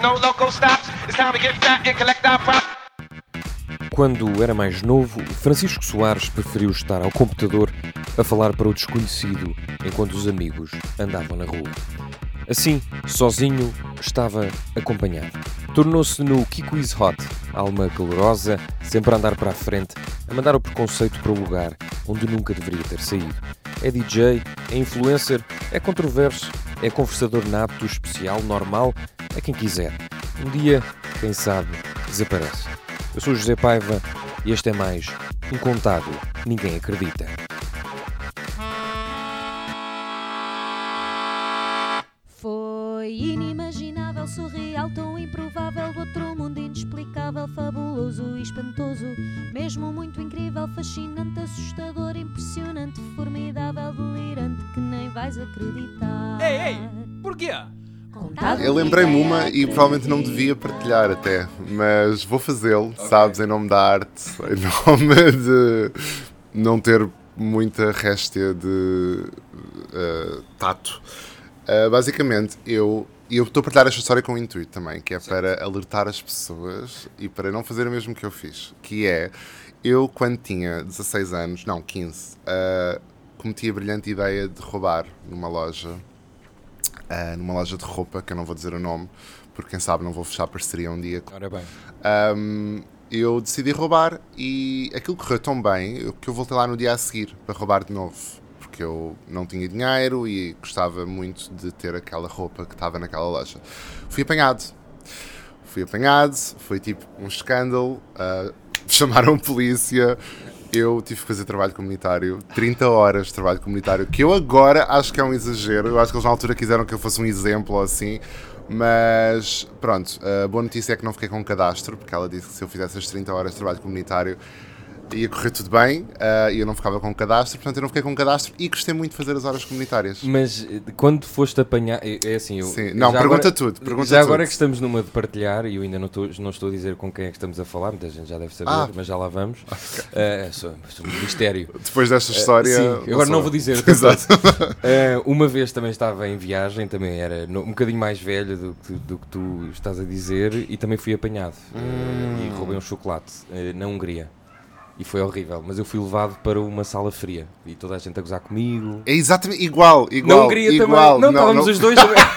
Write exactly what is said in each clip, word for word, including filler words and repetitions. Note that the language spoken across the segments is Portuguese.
Quando era mais novo, Francisco Soares preferiu estar ao computador a falar para o desconhecido enquanto os amigos andavam na rua. Assim, sozinho, estava acompanhado. Tornou-se no Kiko is Hot, alma calorosa, sempre a andar para a frente, a mandar o preconceito para o lugar onde nunca deveria ter saído. É D J, é influencer, é controverso, é conversador nato, especial, normal, é quem quiser. Um dia, quem sabe, desaparece. Eu sou o José Paiva e este é mais um contado Ninguém Acredita. Foi inimaginável, surreal, tão improvável, do outro mundo inexplicável, fabuloso e espantoso, mesmo muito incrível, fascinante, assustador, impressionante, formidável, delirante, que nem vais acreditar. Ei, ei, porquê? Eu lembrei-me uma e provavelmente não devia partilhar até, mas vou fazê-lo, okay. Sabes, em nome da arte, em nome de não ter muita réstia de uh, tato. Uh, basicamente, eu e eu estou a partilhar esta história com o intuito também, que é para alertar as pessoas e para não fazer o mesmo que eu fiz, que é, eu quando tinha dezasseis anos, não, quinze, uh, cometi a brilhante ideia de roubar numa loja, uh, numa loja de roupa, que eu não vou dizer o nome, porque quem sabe não vou fechar parceria um dia. Ora bem. Um, eu decidi roubar e aquilo correu tão bem que eu voltei lá no dia a seguir para roubar de novo. Porque eu não tinha dinheiro e gostava muito de ter aquela roupa que estava naquela loja. Fui apanhado. Fui apanhado, foi tipo um escândalo, uh, chamaram a polícia, eu tive que fazer trabalho comunitário, trinta horas de trabalho comunitário, que eu agora acho que é um exagero, eu acho que eles na altura quiseram que eu fosse um exemplo ou assim, mas pronto, a boa notícia é que não fiquei com um cadastro, porque ela disse que se eu fizesse as trinta horas de trabalho comunitário, ia correr tudo bem, uh, e eu não ficava com cadastro, portanto eu não fiquei com cadastro e gostei muito de fazer as horas comunitárias. Mas quando foste apanhar, é, é assim, eu... Sim, não, pergunta agora, tudo, pergunta Já tudo. agora que estamos numa de partilhar, e eu ainda não estou, não estou a dizer com quem é que estamos a falar, muita gente já deve saber, ah, mas já lá vamos. Okay. Uh, é só, só um mistério. Depois desta história... Uh, sim, agora não vou dizer. Exato. Uh, uma vez também estava em viagem, também era no, um bocadinho mais velho do que, do que tu estás a dizer, e também fui apanhado. Hum. Uh, e roubei um chocolate uh, na Hungria. E foi horrível, mas eu fui levado para uma sala fria e toda a gente a gozar comigo. É exatamente igual, igual. Não queria igual, também. Não, não estávamos não. os dois.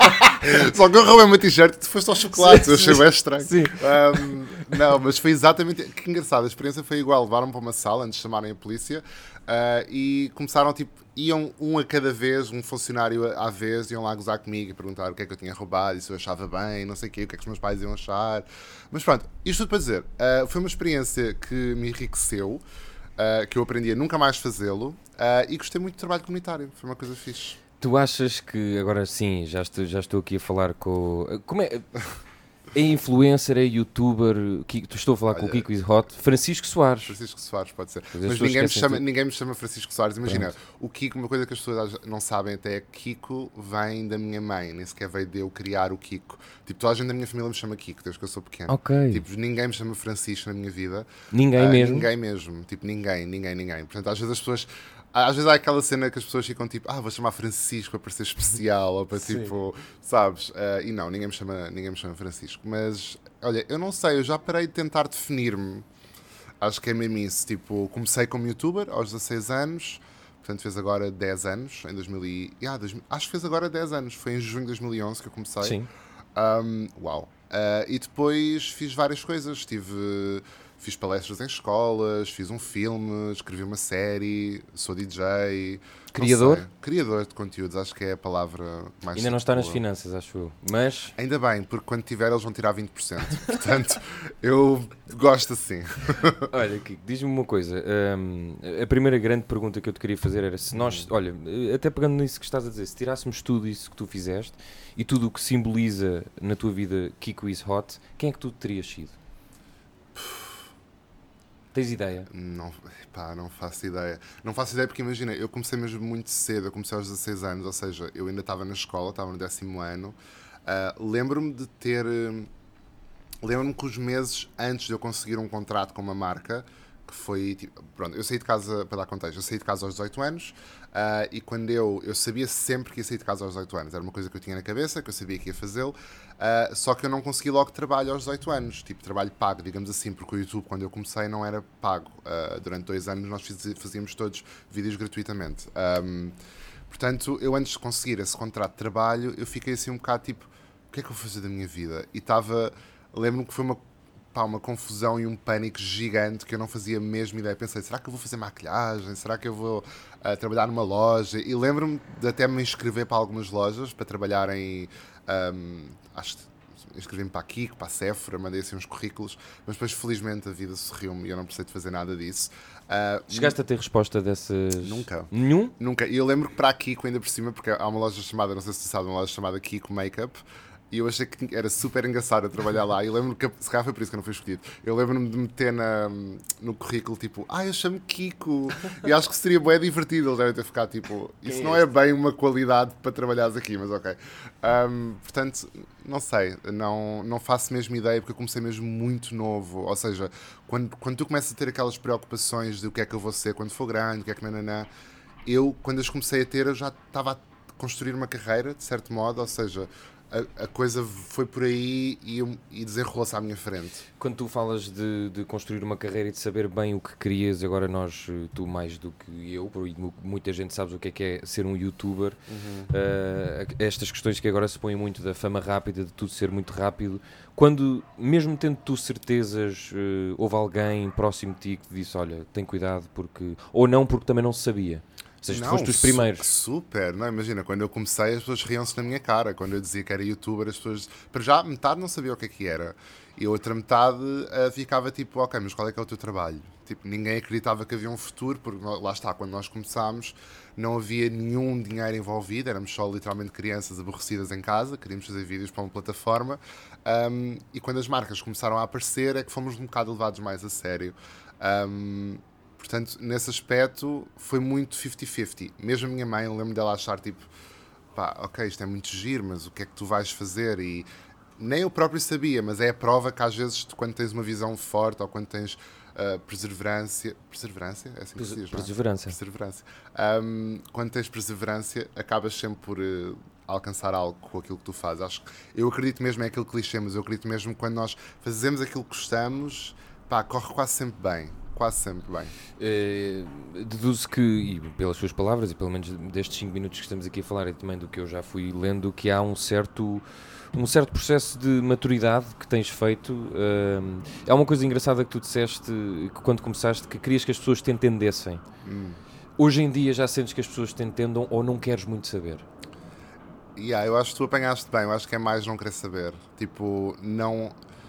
Só que eu roubei uma t-shirt e tu foste ao chocolate. Sim, eu achei bem estranho. Sim. Um, não, mas foi exatamente. Que engraçado, a experiência foi igual. Levaram-me para uma sala antes de chamarem a polícia uh, e começaram, tipo, iam um a cada vez, um funcionário à vez, iam lá gozar comigo e perguntar o que é que eu tinha roubado e se eu achava bem, não sei o quê, o que é que os meus pais iam achar. Mas pronto, isto tudo para dizer, uh, foi uma experiência que me enriqueceu. Uh, que eu aprendi a nunca mais fazê-lo uh, e gostei muito do trabalho comunitário, foi uma coisa fixe. Tu achas que, agora sim, já estou, já estou aqui a falar com... Como é... É influencer, é youtuber, tu estou a falar Olha, com o Kiko is Hot, Francisco Soares. Francisco Soares, pode ser. Mas ninguém me, chama, ninguém me chama Francisco Soares. Imagina, Pronto. O Kiko, uma coisa que as pessoas não sabem até é que Kiko vem da minha mãe, nem sequer veio de eu criar o Kiko. Tipo, toda a gente da minha família me chama Kiko, desde que eu sou pequeno. Ok. Tipo, ninguém me chama Francisco na minha vida. Ninguém uh, mesmo? Ninguém mesmo. Tipo, ninguém, ninguém, ninguém. Portanto, às vezes as pessoas... Às vezes há aquela cena que as pessoas ficam tipo, ah, vou chamar Francisco para ser especial, ou para Sim. tipo, sabes? Uh, e não, ninguém me, chama, ninguém me chama Francisco. Mas, olha, eu não sei, eu já parei de tentar definir-me. Acho que é mesmo isso. Tipo, comecei como youtuber aos dezasseis anos, portanto fez agora dez anos, em dois mil e... Yeah, dois mil... Acho que fez agora dez anos, foi em junho de dois mil e onze que eu comecei. Sim. Um, uau. Uh, e depois fiz várias coisas, tive... Fiz palestras em escolas, fiz um filme, escrevi uma série, sou D J... Criador? Criador de conteúdos, acho que é a palavra mais... Ainda não está nas finanças, acho eu, mas... Ainda bem, porque quando tiver eles vão tirar vinte por cento, portanto, eu gosto assim. Olha, Kiko, diz-me uma coisa, um, a primeira grande pergunta que eu te queria fazer era se nós, olha, até pegando nisso que estás a dizer, se tirássemos tudo isso que tu fizeste e tudo o que simboliza na tua vida Kiko is Hot, quem é que tu terias sido? Tens ideia? Não, pá, não faço ideia. Não faço ideia porque, imagina, eu comecei mesmo muito cedo, eu comecei aos dezasseis anos, ou seja, eu ainda estava na escola, estava no décimo ano. Uh, lembro-me de ter... Uh, lembro-me que os meses antes de eu conseguir um contrato com uma marca, que foi, tipo, pronto, eu saí de casa, para dar contexto, eu saí de casa aos dezoito anos, uh, e quando eu, eu sabia sempre que ia sair de casa aos dezoito anos, era uma coisa que eu tinha na cabeça, que eu sabia que ia fazê-lo, uh, só que eu não consegui logo trabalho aos dezoito anos, tipo, trabalho pago, digamos assim, porque o YouTube, quando eu comecei, não era pago, uh, durante dois anos nós fazíamos todos vídeos gratuitamente. Um, portanto, eu antes de conseguir esse contrato de trabalho, eu fiquei assim um bocado tipo, o que é que eu vou fazer da minha vida? E estava, lembro-me que foi uma Pá, uma confusão e um pânico gigante que eu não fazia mesmo ideia. Pensei, será que eu vou fazer maquilhagem? Será que eu vou uh, trabalhar numa loja? E lembro-me de até me inscrever para algumas lojas, para trabalhar em... Um, acho que inscrevi-me para a Kiko, para a Sephora, mandei assim uns currículos, mas depois felizmente a vida sorriu-me e eu não precisei de fazer nada disso. Uh, Chegaste a ter resposta dessas... Nunca. Nenhum? Nunca. E eu lembro que para a Kiko, ainda por cima, porque há uma loja chamada, não sei se tu sabes, uma loja chamada Kiko Makeup, e eu achei que era super engraçado a trabalhar lá. E lembro-me que, se calhar foi por isso que eu não fui escolhido. Eu lembro-me de meter na, no currículo, tipo, ah, eu chamo-me Kiko. E acho que seria bem divertido. Eles devem ter ficado, tipo, isso Quem não é é bem uma qualidade para trabalhares aqui, mas ok. Um, portanto, não sei, não, não faço mesmo ideia, porque eu comecei mesmo muito novo. Ou seja, quando, quando tu começas a ter aquelas preocupações de o que é que eu vou ser quando for grande, o que é que nananã, eu, quando as comecei a ter, eu já estava a construir uma carreira, de certo modo, ou seja... A, a coisa foi por aí e, e desenrolou-se à minha frente. Quando tu falas de, de construir uma carreira e de saber bem o que querias, agora nós, tu mais do que eu, porque muita gente sabe o que é que é ser um youtuber, uhum. uh, estas questões que agora se põem muito da fama rápida, de tudo ser muito rápido, quando, mesmo tendo tu certezas, uh, houve alguém próximo de ti que te disse, olha, tem cuidado, porque ou não, porque também não se sabia. Ou seja, não, tu foste os primeiros. Super, não, imagina, quando eu comecei as pessoas riam-se na minha cara, quando eu dizia que era youtuber as pessoas, para já metade não sabia o que é que era e a outra metade uh, ficava tipo, ok, mas qual é que é o teu trabalho? Tipo, ninguém acreditava que havia um futuro, porque lá está, quando nós começámos não havia nenhum dinheiro envolvido, éramos só literalmente crianças aborrecidas em casa, queríamos fazer vídeos para uma plataforma, um, e quando as marcas começaram a aparecer é que fomos um bocado levados mais a sério. Um, Portanto, nesse aspecto, foi muito cinquenta cinquenta. Mesmo a minha mãe, eu lembro dela achar, tipo, pá, ok, isto é muito giro, mas o que é que tu vais fazer? E nem eu próprio sabia, mas é a prova que às vezes, quando tens uma visão forte ou quando tens uh, perseverança... Perseverança? É assim que se diz, não é? Perseverança. Perseverança. Um, quando tens perseverança, acabas sempre por uh, alcançar algo com aquilo que tu fazes. Acho que eu acredito mesmo, é aquele clichê, mas eu acredito mesmo que quando nós fazemos aquilo que gostamos, pá, corre quase sempre bem. Quase sempre bem. Uh, deduzo que, e pelas suas palavras, e pelo menos destes cinco minutos que estamos aqui a falar, e também do que eu já fui lendo, que há um certo, um certo processo de maturidade que tens feito. Uh, é uma coisa engraçada que tu disseste, que quando começaste, que querias que as pessoas te entendessem. Hum. Hoje em dia já sentes que as pessoas te entendam ou não queres muito saber? Yeah, eu acho que tu apanhaste bem, eu acho que é mais não querer saber. Tipo, não...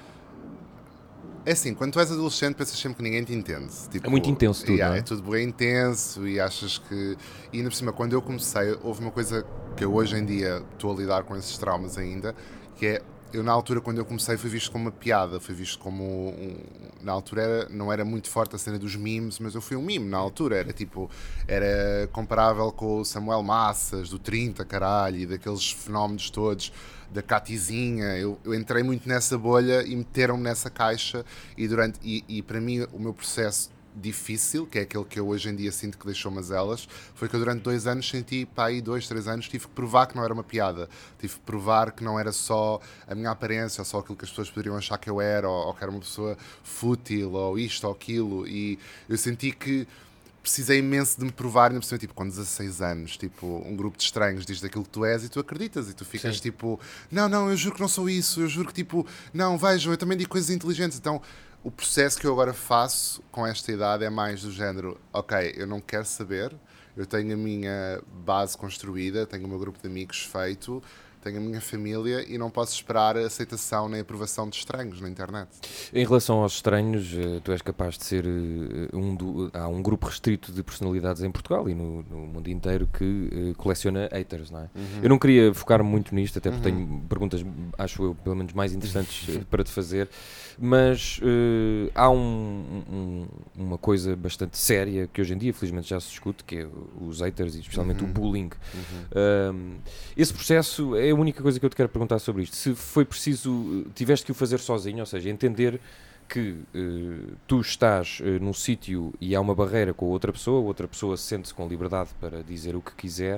É assim, quando tu és adolescente pensas sempre que ninguém te entende. Tipo, é muito intenso tudo, yeah, não é? É tudo bem intenso e achas que... E ainda por cima, quando eu comecei, houve uma coisa que eu hoje em dia estou a lidar com esses traumas ainda, que é, eu na altura quando eu comecei foi visto como uma piada, foi visto como... Um, na altura era, não era muito forte a cena dos memes, mas eu fui um meme na altura, era tipo... Era comparável com o Samuel Massas, do trinta, caralho, e daqueles fenómenos todos... da Catizinha, eu, eu entrei muito nessa bolha e meteram-me nessa caixa e, durante, e, e para mim o meu processo difícil, que é aquele que eu hoje em dia sinto que deixou mazelas, foi que eu durante dois anos senti, pá, aí dois, três anos, tive que provar que não era uma piada, tive que provar que não era só a minha aparência, ou só aquilo que as pessoas poderiam achar que eu era, ou, ou que era uma pessoa fútil, ou isto, ou aquilo, e eu senti que precisei imenso de me provar, ainda por cima, tipo, com dezasseis anos, tipo, um grupo de estranhos diz daquilo que tu és e tu acreditas, e tu ficas Sim. tipo, não, não, eu juro que não sou isso, eu juro que, tipo, não, vejam, eu também digo coisas inteligentes. Então, o processo que eu agora faço com esta idade é mais do género, ok, eu não quero saber, eu tenho a minha base construída, tenho o meu grupo de amigos feito, tenho a minha família e não posso esperar a aceitação nem a aprovação de estranhos na internet. Em relação aos estranhos, tu és capaz de ser um do... Há um grupo restrito de personalidades em Portugal e no, no mundo inteiro que uh, coleciona haters, não é? Uhum. Eu não queria focar-me muito nisto, até porque uhum. tenho perguntas, acho eu, pelo menos mais interessantes para te fazer, mas uh, há um, um, uma coisa bastante séria que hoje em dia, felizmente, já se discute, que é os haters e especialmente uhum. o bullying. Uhum. Um, esse processo é a única coisa que eu te quero perguntar sobre isto. Se foi preciso, tiveste que o fazer sozinho, ou seja, entender que uh, tu estás uh, num sítio e há uma barreira com outra pessoa, outra pessoa sente-se com liberdade para dizer o que quiser,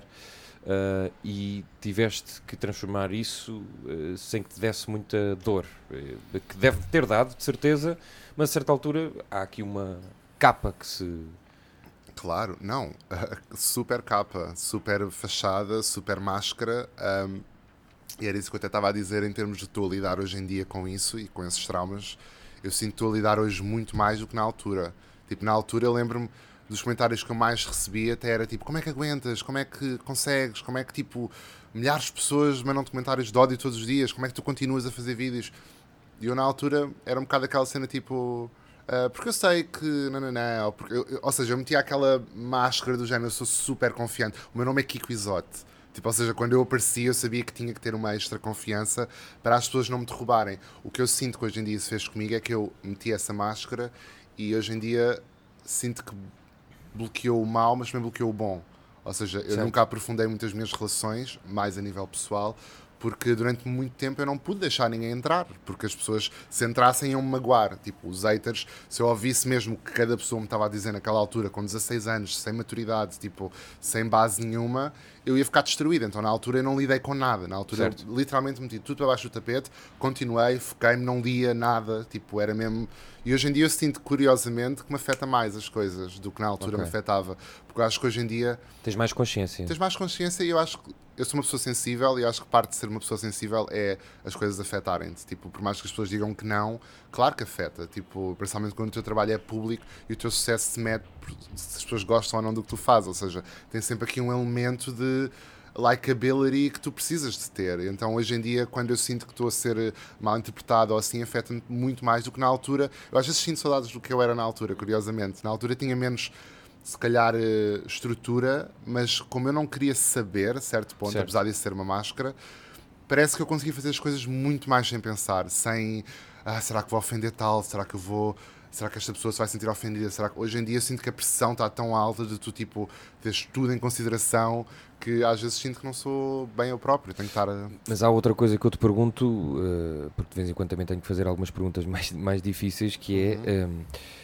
uh, e tiveste que transformar isso uh, sem que te desse muita dor, uh, que deve ter dado, de certeza, mas a certa altura há aqui uma capa que se... Claro, não, super capa, super fachada, super máscara, um, e era isso que eu até estava a dizer em termos de estou a lidar hoje em dia com isso e com esses traumas. Eu sinto que estou a lidar hoje muito mais do que na altura. Tipo, na altura eu lembro-me dos comentários que eu mais recebia, até era tipo, como é que aguentas, como é que consegues, como é que tipo, milhares de pessoas mandam-te comentários de ódio todos os dias, como é que tu continuas a fazer vídeos? E eu na altura era um bocado aquela cena tipo... Uh, porque eu sei que, não, não, não, ou, porque eu, eu, ou seja, eu metia aquela máscara do género, eu sou super confiante, o meu nome é Kiko Isote, tipo, ou seja, quando eu aparecia eu sabia que tinha que ter uma extra confiança para as pessoas não me derrubarem. O que eu sinto que hoje em dia se fez comigo é que eu meti essa máscara e hoje em dia sinto que bloqueou o mal, mas também bloqueou o bom, ou seja, eu certo. Nunca aprofundei muito as minhas relações, mais a nível pessoal, porque durante muito tempo eu não pude deixar ninguém entrar, porque as pessoas se entrassem iam me magoar, tipo, os haters, se eu ouvisse mesmo o que cada pessoa me estava a dizer naquela altura, com dezasseis anos, sem maturidade, tipo, sem base nenhuma, eu ia ficar destruído, então na altura eu não lidei com nada, na altura certo. eu literalmente meti tudo para baixo do tapete, continuei, foquei-me, não lia nada, tipo, era mesmo... E hoje em dia eu sinto, curiosamente, que me afeta mais as coisas do que na altura okay. me afetava, porque eu acho que hoje em dia... Tens mais consciência. Tens mais consciência e eu acho que eu sou uma pessoa sensível e acho que parte de ser uma pessoa sensível é as coisas afetarem-te. Tipo, por mais que as pessoas digam que não, claro que afeta. Tipo, principalmente quando o teu trabalho é público e o teu sucesso se mede se as pessoas gostam ou não do que tu fazes. Ou seja, tem sempre aqui um elemento de likability que tu precisas de ter. Então, hoje em dia, quando eu sinto que estou a ser mal interpretado ou assim, afeta-me muito mais do que na altura. Eu às vezes sinto saudades do que eu era na altura, curiosamente. Na altura tinha menos... se calhar estrutura, mas como eu não queria saber, a certo ponto, certo. apesar disso ser uma máscara, parece que eu consegui fazer as coisas muito mais sem pensar, sem, ah, será que vou ofender tal, será que eu vou, será que esta pessoa se vai sentir ofendida, será que... Hoje em dia eu sinto que a pressão está tão alta de tu, tipo, teres tudo em consideração, que às vezes sinto que não sou bem eu próprio, tenho que estar a... Mas há outra coisa que eu te pergunto, uh, porque de vez em quando também tenho que fazer algumas perguntas mais, mais difíceis, que é... Uhum. Um,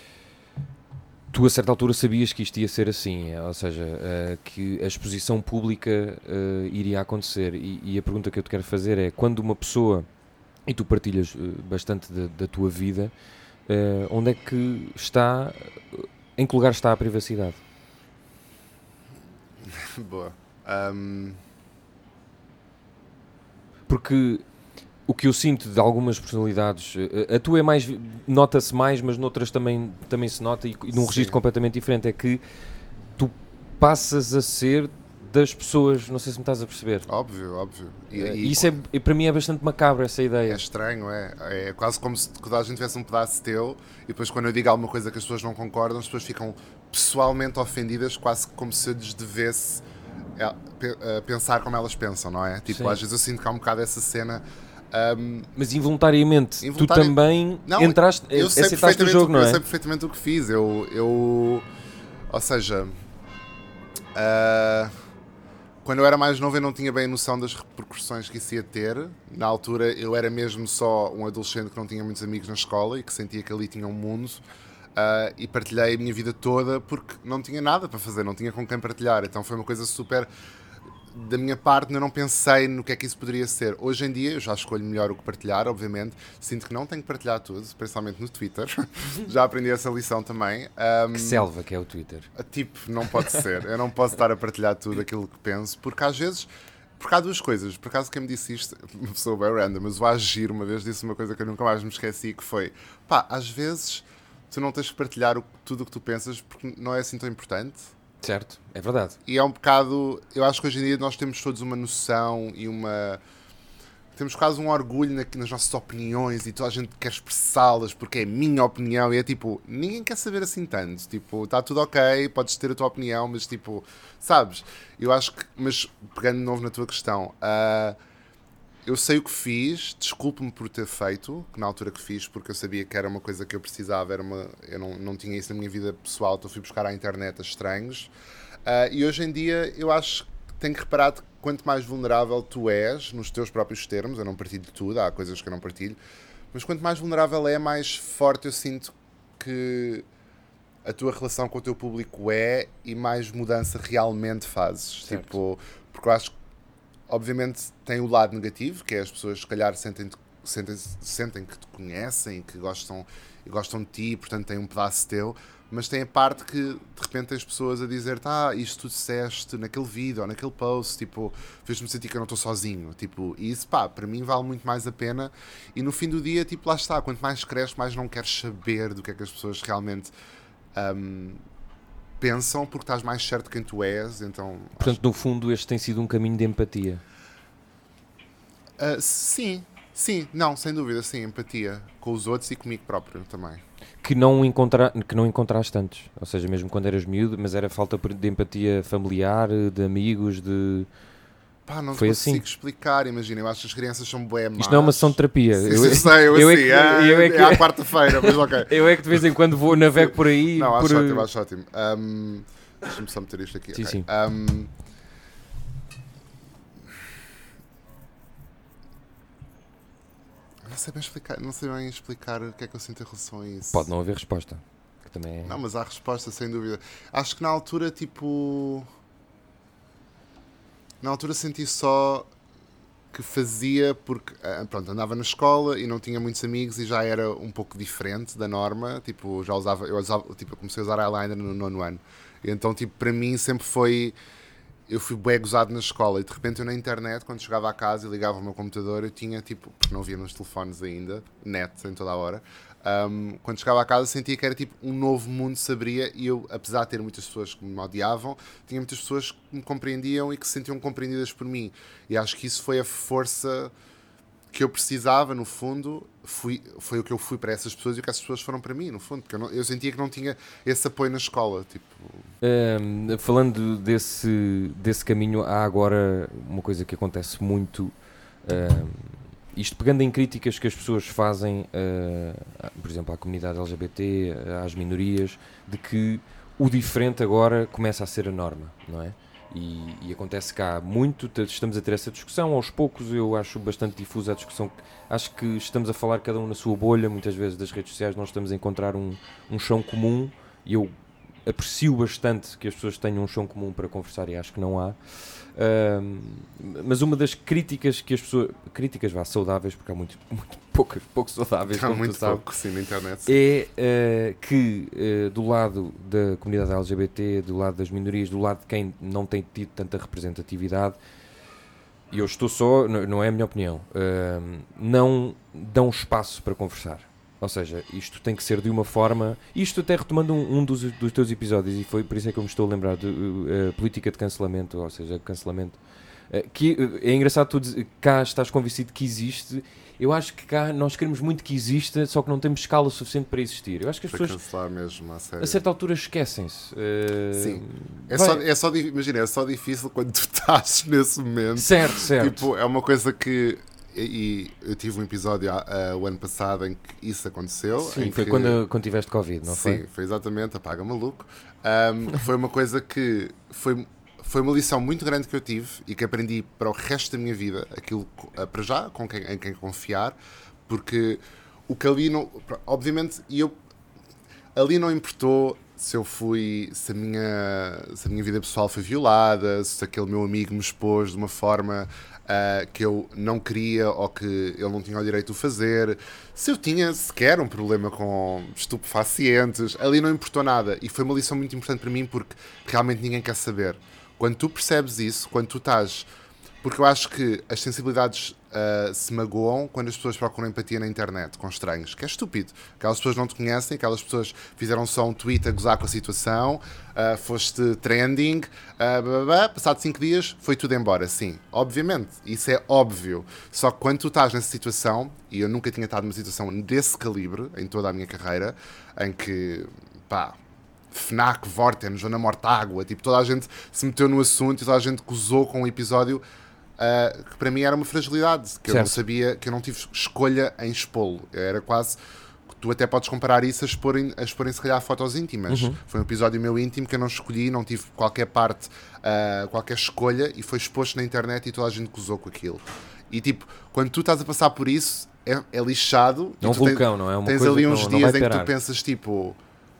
tu a certa altura sabias que isto ia ser assim, ou seja, uh, que a exposição pública uh, iria acontecer, e, e a pergunta que eu te quero fazer é, quando uma pessoa, e tu partilhas uh, bastante de, da tua vida, uh, onde é que está, em que lugar está a privacidade? Boa. Um... Porque... O que eu sinto de algumas personalidades, a tua é mais, nota-se mais, mas noutras também, também se nota, e, e num registro completamente diferente, é que tu passas a ser das pessoas, não sei se me estás a perceber. Óbvio, óbvio. E, e isso é, para mim é bastante macabro, essa ideia. É estranho, é. É quase como se toda a gente tivesse um pedaço teu, e depois quando eu digo alguma coisa que as pessoas não concordam, as pessoas ficam pessoalmente ofendidas, quase como se eu lhes devesse pensar como elas pensam, não é? Tipo, Sim. Às vezes eu sinto que há um bocado essa cena... Um, mas involuntariamente, involuntari... tu também não, entraste, eu sei aceitaste o jogo, não é? Eu sei perfeitamente o que fiz. Eu, eu ou seja, uh, quando eu era mais novo eu não tinha bem a noção das repercussões que isso ia ter. Na altura eu era mesmo só um adolescente que não tinha muitos amigos na escola e que sentia que ali tinha um mundo. Uh, e partilhei a minha vida toda porque não tinha nada para fazer, não tinha com quem partilhar. Então foi uma coisa super... Da minha parte, eu não pensei no que é que isso poderia ser. Hoje em dia, eu já escolho melhor o que partilhar, obviamente. Sinto que não tenho que partilhar tudo, principalmente no Twitter. Já aprendi essa lição também. Um, que selva que é o Twitter. Tipo, não pode ser. Eu não posso estar a partilhar tudo aquilo que penso, porque às vezes... Porque há duas coisas. Por acaso, quem me disse isto, uma pessoa bem random, mas o Agir uma vez disse uma coisa que eu nunca mais me esqueci, que foi, pá, às vezes tu não tens que partilhar o, tudo o que tu pensas porque não é assim tão importante. Certo, é verdade. E é um bocado... Eu acho que hoje em dia nós temos todos uma noção e uma... Temos quase um orgulho na, nas nossas opiniões e toda a gente quer expressá-las porque é a minha opinião e é tipo... Ninguém quer saber assim tanto. Tipo, está tudo ok, podes ter a tua opinião, mas tipo... Sabes? Eu acho que... Mas pegando de novo na tua questão... Uh, eu sei o que fiz, desculpe-me por ter feito, que na altura que fiz, porque eu sabia que era uma coisa que eu precisava, era uma, eu não, não tinha isso na minha vida pessoal, então fui buscar à internet a estranhos. Uh, e hoje em dia eu acho que tenho que reparar que quanto mais vulnerável tu és, nos teus próprios termos, eu não partilho tudo, há coisas que eu não partilho, Mas quanto mais vulnerável é, mais forte eu sinto que a tua relação com o teu público é e mais mudança realmente fazes. Certo. Tipo, porque eu acho que, obviamente, tem o lado negativo, que é as pessoas, se calhar, sentem, sentem, sentem que te conhecem, que gostam, e gostam de ti, portanto, têm um pedaço teu. Mas tem a parte que, de repente, tens pessoas a dizer-te ah, isto tu disseste naquele vídeo ou naquele post, tipo, fez-me sentir que eu não estou sozinho. Tipo, e isso, pá, para mim vale muito mais a pena. E no fim do dia, tipo, lá está, quanto mais cresces, mais não queres saber do que é que as pessoas realmente um, pensam, porque estás mais certo de quem tu és. Então, Portanto, acho... no fundo, este tem sido um caminho de empatia. Uh, sim, sim, não, sem dúvida, sim, empatia com os outros e comigo próprio também. Que não, encontra, que não encontraste antes, ou seja, mesmo quando eras miúdo, mas era falta de empatia familiar, de amigos, de... Pá, não te Foi consigo assim. explicar, imagina, eu acho que as crianças são bué más. Isto não é uma sessão de terapia. Sim, eu, sim, sei, eu, eu assim, é que, é, eu é que, é à quarta-feira, mas ok. eu é que de vez em quando vou, navego por aí. Não, acho por... ótimo, acho ótimo. Um, deixa-me só meter isto aqui. Sim, Okay. sim. Um, não sei bem explicar, não sei bem explicar o que é que eu sinto em relação a isso. Pode não haver resposta. Que também é... Não, mas há resposta, sem dúvida. Acho que na altura, tipo... Na altura senti só que fazia porque, pronto, andava na escola e não tinha muitos amigos e já era um pouco diferente da norma. Tipo, já usava... Eu, usava, tipo, eu comecei a usar eyeliner no nono ano. E então, tipo, para mim sempre foi... Eu fui bué gozado na escola e de repente eu na internet, quando chegava à casa e ligava o meu computador, eu tinha tipo, porque não havia nos telefones ainda, net em toda a hora, um, quando chegava à casa sentia que era tipo um novo mundo se abria e eu, apesar de ter muitas pessoas que me odiavam, tinha muitas pessoas que me compreendiam e que se sentiam compreendidas por mim. E acho que isso foi a força que eu precisava, no fundo, fui, foi o que eu fui para essas pessoas e o que essas pessoas foram para mim, no fundo, porque eu, não, eu sentia que não tinha esse apoio na escola, tipo... Um, falando desse, desse caminho, há agora uma coisa que acontece muito, um, isto pegando em críticas que as pessoas fazem, uh, por exemplo, à comunidade L G B T, às minorias, de que o diferente agora começa a ser a norma, não é? E, e acontece cá muito, estamos a ter essa discussão, aos poucos eu acho bastante difusa a discussão, acho que estamos a falar cada um na sua bolha, muitas vezes das redes sociais nós estamos a encontrar um, um chão comum, e eu aprecio bastante que as pessoas tenham um chão comum para conversar e acho que não há, uh, mas uma das críticas que as pessoas, críticas vá, saudáveis, porque há muito, muito poucas, pouco saudáveis, Há como muito tu sabes, pouco, sim, na internet. Sim. é uh, que uh, do lado da comunidade L G B T, do lado das minorias, do lado de quem não tem tido tanta representatividade, e eu estou só, não, não é a minha opinião, uh, não dão espaço para conversar. Ou seja, isto tem que ser de uma forma... Isto até retomando um, um dos, dos teus episódios, e foi por isso é que eu me estou a lembrar de uh, política de cancelamento, ou seja, cancelamento. Uh, que uh, é engraçado tu dizer, cá estás convencido que existe. Eu acho que cá nós queremos muito que exista, só que não temos escala suficiente para existir. Eu acho que as para pessoas, cancelar mesmo, a sério. a certa altura, esquecem-se. Uh, Sim. É só, é só, imagina, é só difícil quando tu estás nesse momento. Certo, certo. Tipo, é uma coisa que... E eu tive um episódio uh, o ano passado em que isso aconteceu. Sim, em foi que... quando, quando tiveste Covid, não foi? Sim, foi exatamente, apaga maluco. Um, foi uma coisa que foi, foi uma lição muito grande que eu tive e que aprendi para o resto da minha vida, aquilo uh, para já, com quem, em quem confiar, porque o que ali não... Obviamente, e eu ali não importou se eu fui, se a minha, se a minha vida pessoal foi violada, se aquele meu amigo me expôs de uma forma uh, que eu não queria ou que ele não tinha o direito de o fazer, se eu tinha sequer um problema com estupefacientes, ali não importou nada. E foi uma lição muito importante para mim porque realmente ninguém quer saber. Quando tu percebes isso, quando tu estás... Porque eu acho que as sensibilidades uh, se magoam quando as pessoas procuram empatia na internet, com estranhos, que é estúpido. Aquelas pessoas não te conhecem, aquelas pessoas fizeram só um tweet a gozar com a situação, uh, foste trending, uh, blá, blá, blá, passado cinco dias foi tudo embora. Sim, obviamente, isso é óbvio. Só que quando tu estás nessa situação, e eu nunca tinha estado numa situação desse calibre em toda a minha carreira, em que, pá... FNAC, Vorten, Joana Mortágua, tipo, toda a gente se meteu no assunto e toda a gente gozou com o episódio uh, que para mim era uma fragilidade, que certo. Eu não sabia, que eu não tive escolha em expô-lo. Era quase, tu até podes comparar isso a exporem, a exporem se calhar fotos íntimas. Uhum. Foi um episódio meu íntimo que eu não escolhi, não tive qualquer parte, uh, qualquer escolha e foi exposto na internet e toda a gente gozou com aquilo. E tipo, quando tu estás a passar por isso, é, é lixado. É um vulcão, tens, não é? Uma tens coisa ali uns não, não dias vai em que parar. tu pensas, tipo,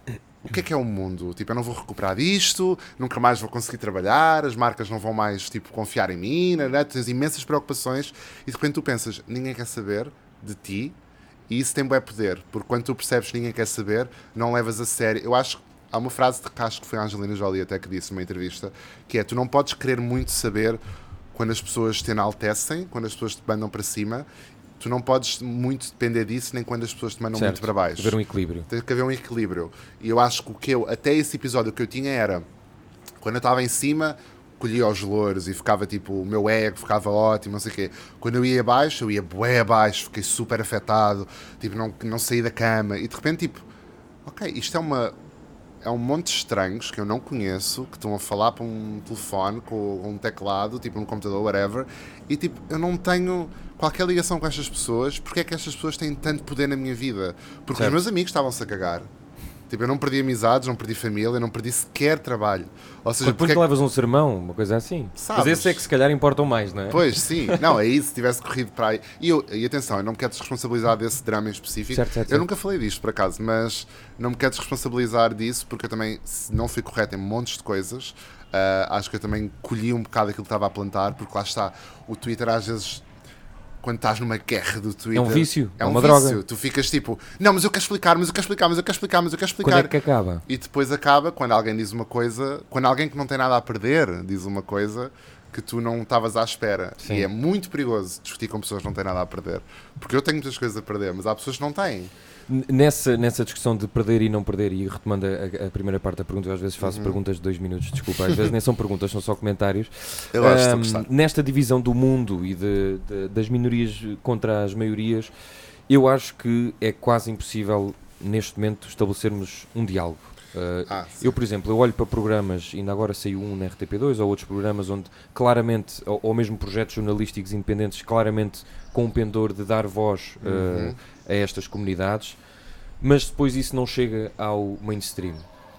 o que é que é o mundo? Tipo, eu não vou recuperar disto, nunca mais vou conseguir trabalhar, as marcas não vão mais, tipo, confiar em mim, né? Tens imensas preocupações e de repente tu pensas, ninguém quer saber de ti, e isso tem bué poder, porque quando tu percebes que ninguém quer saber, não levas a sério. Eu acho que há uma frase de que acho que foi a Angelina Jolie até que disse numa entrevista, que é, tu não podes querer muito saber quando as pessoas te enaltecem, quando as pessoas te mandam para cima, tu não podes muito depender disso, nem quando as pessoas te mandam Certo. muito para baixo. Haver um equilíbrio. Tem que haver um equilíbrio. E eu acho que o que eu, até esse episódio que eu tinha era, quando eu estava em cima, colhia os louros e ficava tipo, o meu ego ficava ótimo, não sei o quê. Quando eu ia abaixo, eu ia bué abaixo, fiquei super afetado, tipo, não, não saí da cama. E de repente, tipo, ok, isto é uma... É um monte de estranhos que eu não conheço, que estão a falar para um telefone com um teclado, tipo um computador, whatever, e tipo, eu não tenho qualquer ligação com estas pessoas. Porque é que estas pessoas têm tanto poder na minha vida? Porque Certo. os meus amigos estavam-se a cagar. Tipo, eu não perdi amizades, não perdi família, não perdi sequer trabalho. Ou seja, Depois porque tu levas um sermão, uma coisa assim. Sabes. Mas esse é que se calhar importam mais, não é? Pois, sim. Não, é isso, se tivesse corrido para aí. E, eu, e atenção, eu não me quero desresponsabilizar desse drama em específico. Certo, certo, eu certo. nunca falei disto, por acaso, mas não me quero desresponsabilizar disso, porque eu também não fui correto em montes de coisas. Uh, acho que eu também colhi um bocado aquilo que estava a plantar, porque lá está, o Twitter às vezes... Quando estás numa guerra do Twitter... É um vício, é é um uma vício. droga. Tu ficas tipo, não, mas eu quero explicar, mas eu quero explicar, mas eu quero explicar, mas eu quero explicar. Quando é que acaba? E depois acaba quando alguém diz uma coisa, quando alguém que não tem nada a perder diz uma coisa que tu não estavas à espera. Sim. E é muito perigoso discutir com pessoas que não têm nada a perder. Porque eu tenho muitas coisas a perder, mas há pessoas que não têm. N- Nessa, nessa discussão de perder e não perder, e retomando a, a primeira parte da pergunta, eu às vezes faço Uhum. perguntas de dois minutos, desculpa, às vezes nem são perguntas, são só comentários. Eu acho que estou a Ahm, gostar. nesta divisão do mundo e de, de- das minorias contra as maiorias, eu acho que é quase impossível neste momento estabelecermos um diálogo. Uh, Ah, sim. eu, por exemplo, eu olho para programas, ainda agora saiu um na R T P dois ou outros programas onde claramente, ou, ou mesmo projetos jornalísticos independentes, claramente com um pendor de dar voz uh, Uhum. a estas comunidades, mas depois isso não chega ao mainstream.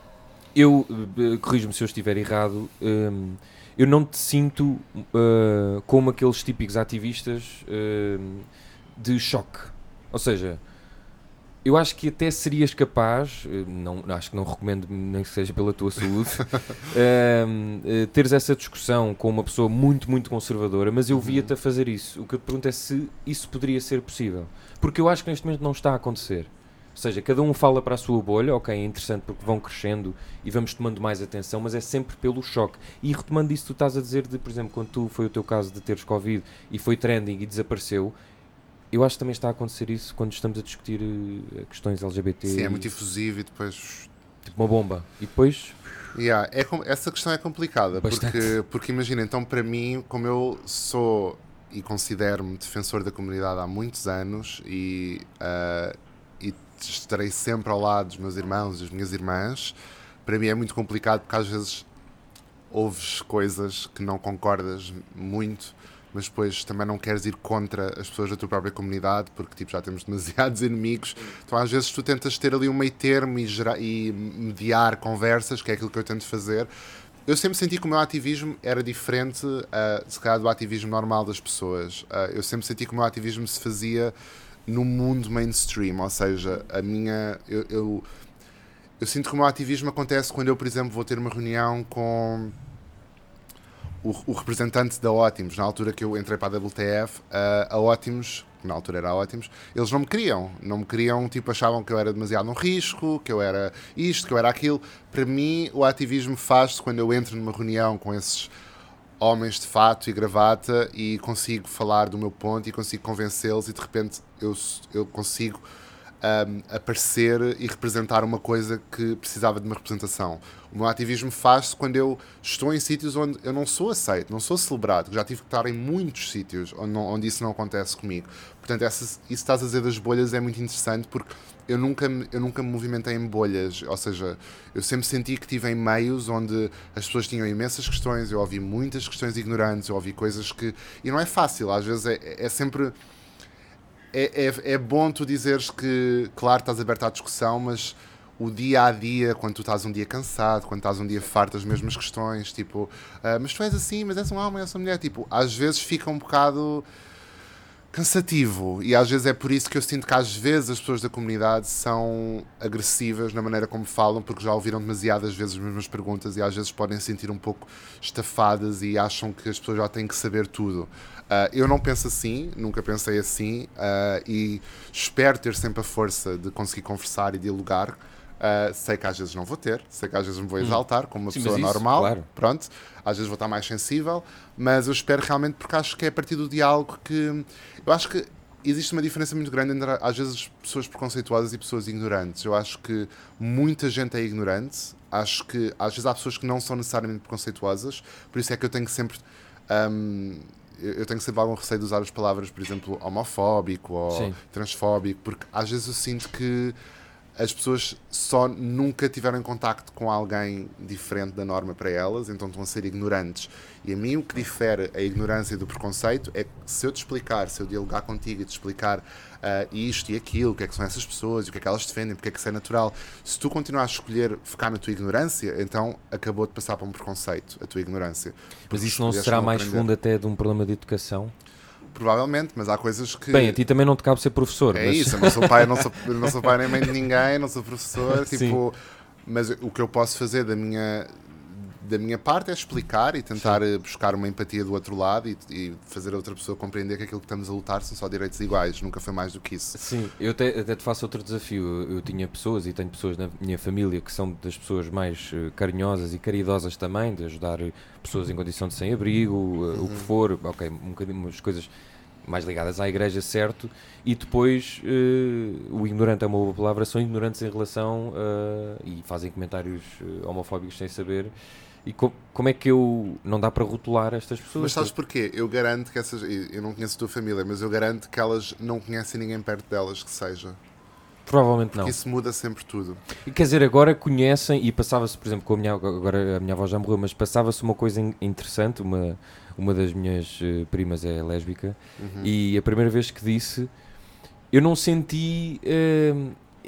Eu, uh, corrijo-me se eu estiver errado, um, eu não te sinto uh, como aqueles típicos ativistas uh, de choque. Ou seja, eu acho que até serias capaz, uh, não, acho que não recomendo nem que seja pela tua saúde, um, uh, teres essa discussão com uma pessoa muito, muito conservadora, mas eu via-te a fazer isso. O que eu te pergunto é se isso poderia ser possível. Porque eu acho que neste momento não está a acontecer. Ou seja, cada um fala para a sua bolha, ok, é interessante porque vão crescendo e vamos tomando mais atenção, mas é sempre pelo choque. E retomando isso que tu estás a dizer de, por exemplo, quando tu foi o teu caso de teres Covid e foi trending e desapareceu, eu acho que também está a acontecer isso quando estamos a discutir uh, questões L G B T. Sim, é muito efusivo e depois... Tipo uma bomba. E depois... Yeah, é, com- essa questão é complicada, Bastante. porque, porque imagina, então para mim, como eu sou e considero-me defensor da comunidade há muitos anos e, uh, e estarei sempre ao lado dos meus irmãos e das minhas irmãs, para mim é muito complicado porque às vezes ouves coisas que não concordas muito, mas depois também não queres ir contra as pessoas da tua própria comunidade, porque tipo, já temos demasiados inimigos. Então às vezes tu tentas ter ali um meio termo e, gerar, e mediar conversas, que é aquilo que eu tento fazer. Eu sempre senti que o meu ativismo era diferente, uh, se calhar, do ativismo normal das pessoas. Uh, eu sempre senti que o meu ativismo se fazia no mundo mainstream, ou seja, a minha... Eu, eu, eu sinto que o meu ativismo acontece quando eu, por exemplo, vou ter uma reunião com... O, o representante da Ótimos, na altura que eu entrei para a W T F, uh, a Ótimos, que na altura era a Ótimos, eles não me queriam, não me queriam, tipo, achavam que eu era demasiado um risco, que eu era isto, que eu era aquilo. Para mim, o ativismo faz-se quando eu entro numa reunião com esses homens de fato e gravata e consigo falar do meu ponto e consigo convencê-los e de repente eu, eu consigo um, aparecer e representar uma coisa que precisava de uma representação. O meu ativismo faz-se quando eu estou em sítios onde eu não sou aceito, não sou celebrado, já tive que estar em muitos sítios onde, não, onde isso não acontece comigo. Portanto, essa, isso que estás a dizer das bolhas é muito interessante porque eu nunca, eu nunca me movimentei em bolhas, ou seja, eu sempre senti que estive em meios onde as pessoas tinham imensas questões, eu ouvi muitas questões ignorantes, eu ouvi coisas que... E não é fácil, às vezes é, é sempre... É, é, é bom tu dizeres que, claro, estás aberto à discussão, mas o dia a dia, quando tu estás um dia cansado, quando estás um dia farto das mesmas questões, tipo, ah, mas tu és assim, mas és um homem, és uma mulher, tipo, às vezes fica um bocado cansativo, e às vezes é por isso que eu sinto que às vezes as pessoas da comunidade são agressivas na maneira como falam, porque já ouviram demasiadas vezes as mesmas perguntas e às vezes podem se sentir um pouco estafadas e acham que as pessoas já têm que saber tudo. Uh, eu não penso assim, nunca pensei assim, uh, e espero ter sempre a força de conseguir conversar e dialogar. Uh, sei que às vezes não vou ter, sei que às vezes me vou exaltar como uma Sim, pessoa mas isso, normal, claro. pronto, às vezes vou estar mais sensível, mas eu espero realmente, porque acho que é a partir do diálogo que... Eu acho que existe uma diferença muito grande entre, às vezes, pessoas preconceituosas e pessoas ignorantes. Eu acho que muita gente é ignorante, acho que às vezes há pessoas que não são necessariamente preconceituosas, por isso é que eu tenho sempre... Um, eu tenho sempre algum receio de usar as palavras, por exemplo, homofóbico ou Sim. transfóbico, porque às vezes eu sinto que as pessoas só nunca tiveram contacto com alguém diferente da norma para elas, então estão a ser ignorantes. E a mim o que difere a ignorância do preconceito é que se eu te explicar, se eu dialogar contigo e te explicar uh, isto e aquilo, o que é que são essas pessoas, o que é que elas defendem, porque é que isso é natural, se tu continuares a escolher ficar na tua ignorância, então acabou de passar para um preconceito, a tua ignorância. Mas isso não será mais aprender. fundo até de um problema de educação? Provavelmente, mas há coisas que... Bem, a ti também não te cabe ser professor. É mas... isso, eu não sou pai, não sou, não sou pai nem mãe de ninguém, não sou professor, tipo... Mas o que eu posso fazer da minha, da minha parte é explicar e tentar Sim. buscar uma empatia do outro lado e, e fazer a outra pessoa compreender que aquilo que estamos a lutar são só direitos iguais, nunca foi mais do que isso. Sim, eu até, até te faço outro desafio. Eu, eu tinha pessoas e tenho pessoas na minha família que são das pessoas mais uh, carinhosas e caridosas também, de ajudar pessoas em condição de sem-abrigo, uh, uhum. o que for, ok, um bocadinho umas coisas mais ligadas à igreja, certo, e depois uh, o ignorante é uma boa palavra, são ignorantes em relação uh, e fazem comentários uh, homofóbicos sem saber. E com, como é que eu... Não dá para rotular estas pessoas? Mas sabes porquê? Eu garanto que essas... Eu não conheço a tua família, mas eu garanto que elas não conhecem ninguém perto delas que seja. Provavelmente Porque não. Isso muda sempre tudo. E quer dizer, agora conhecem, e passava-se, por exemplo, com a minha... Agora a minha avó já morreu, mas passava-se uma coisa interessante, uma, uma das minhas uh, primas é lésbica, uhum. e a primeira vez que disse, eu não senti... Uh,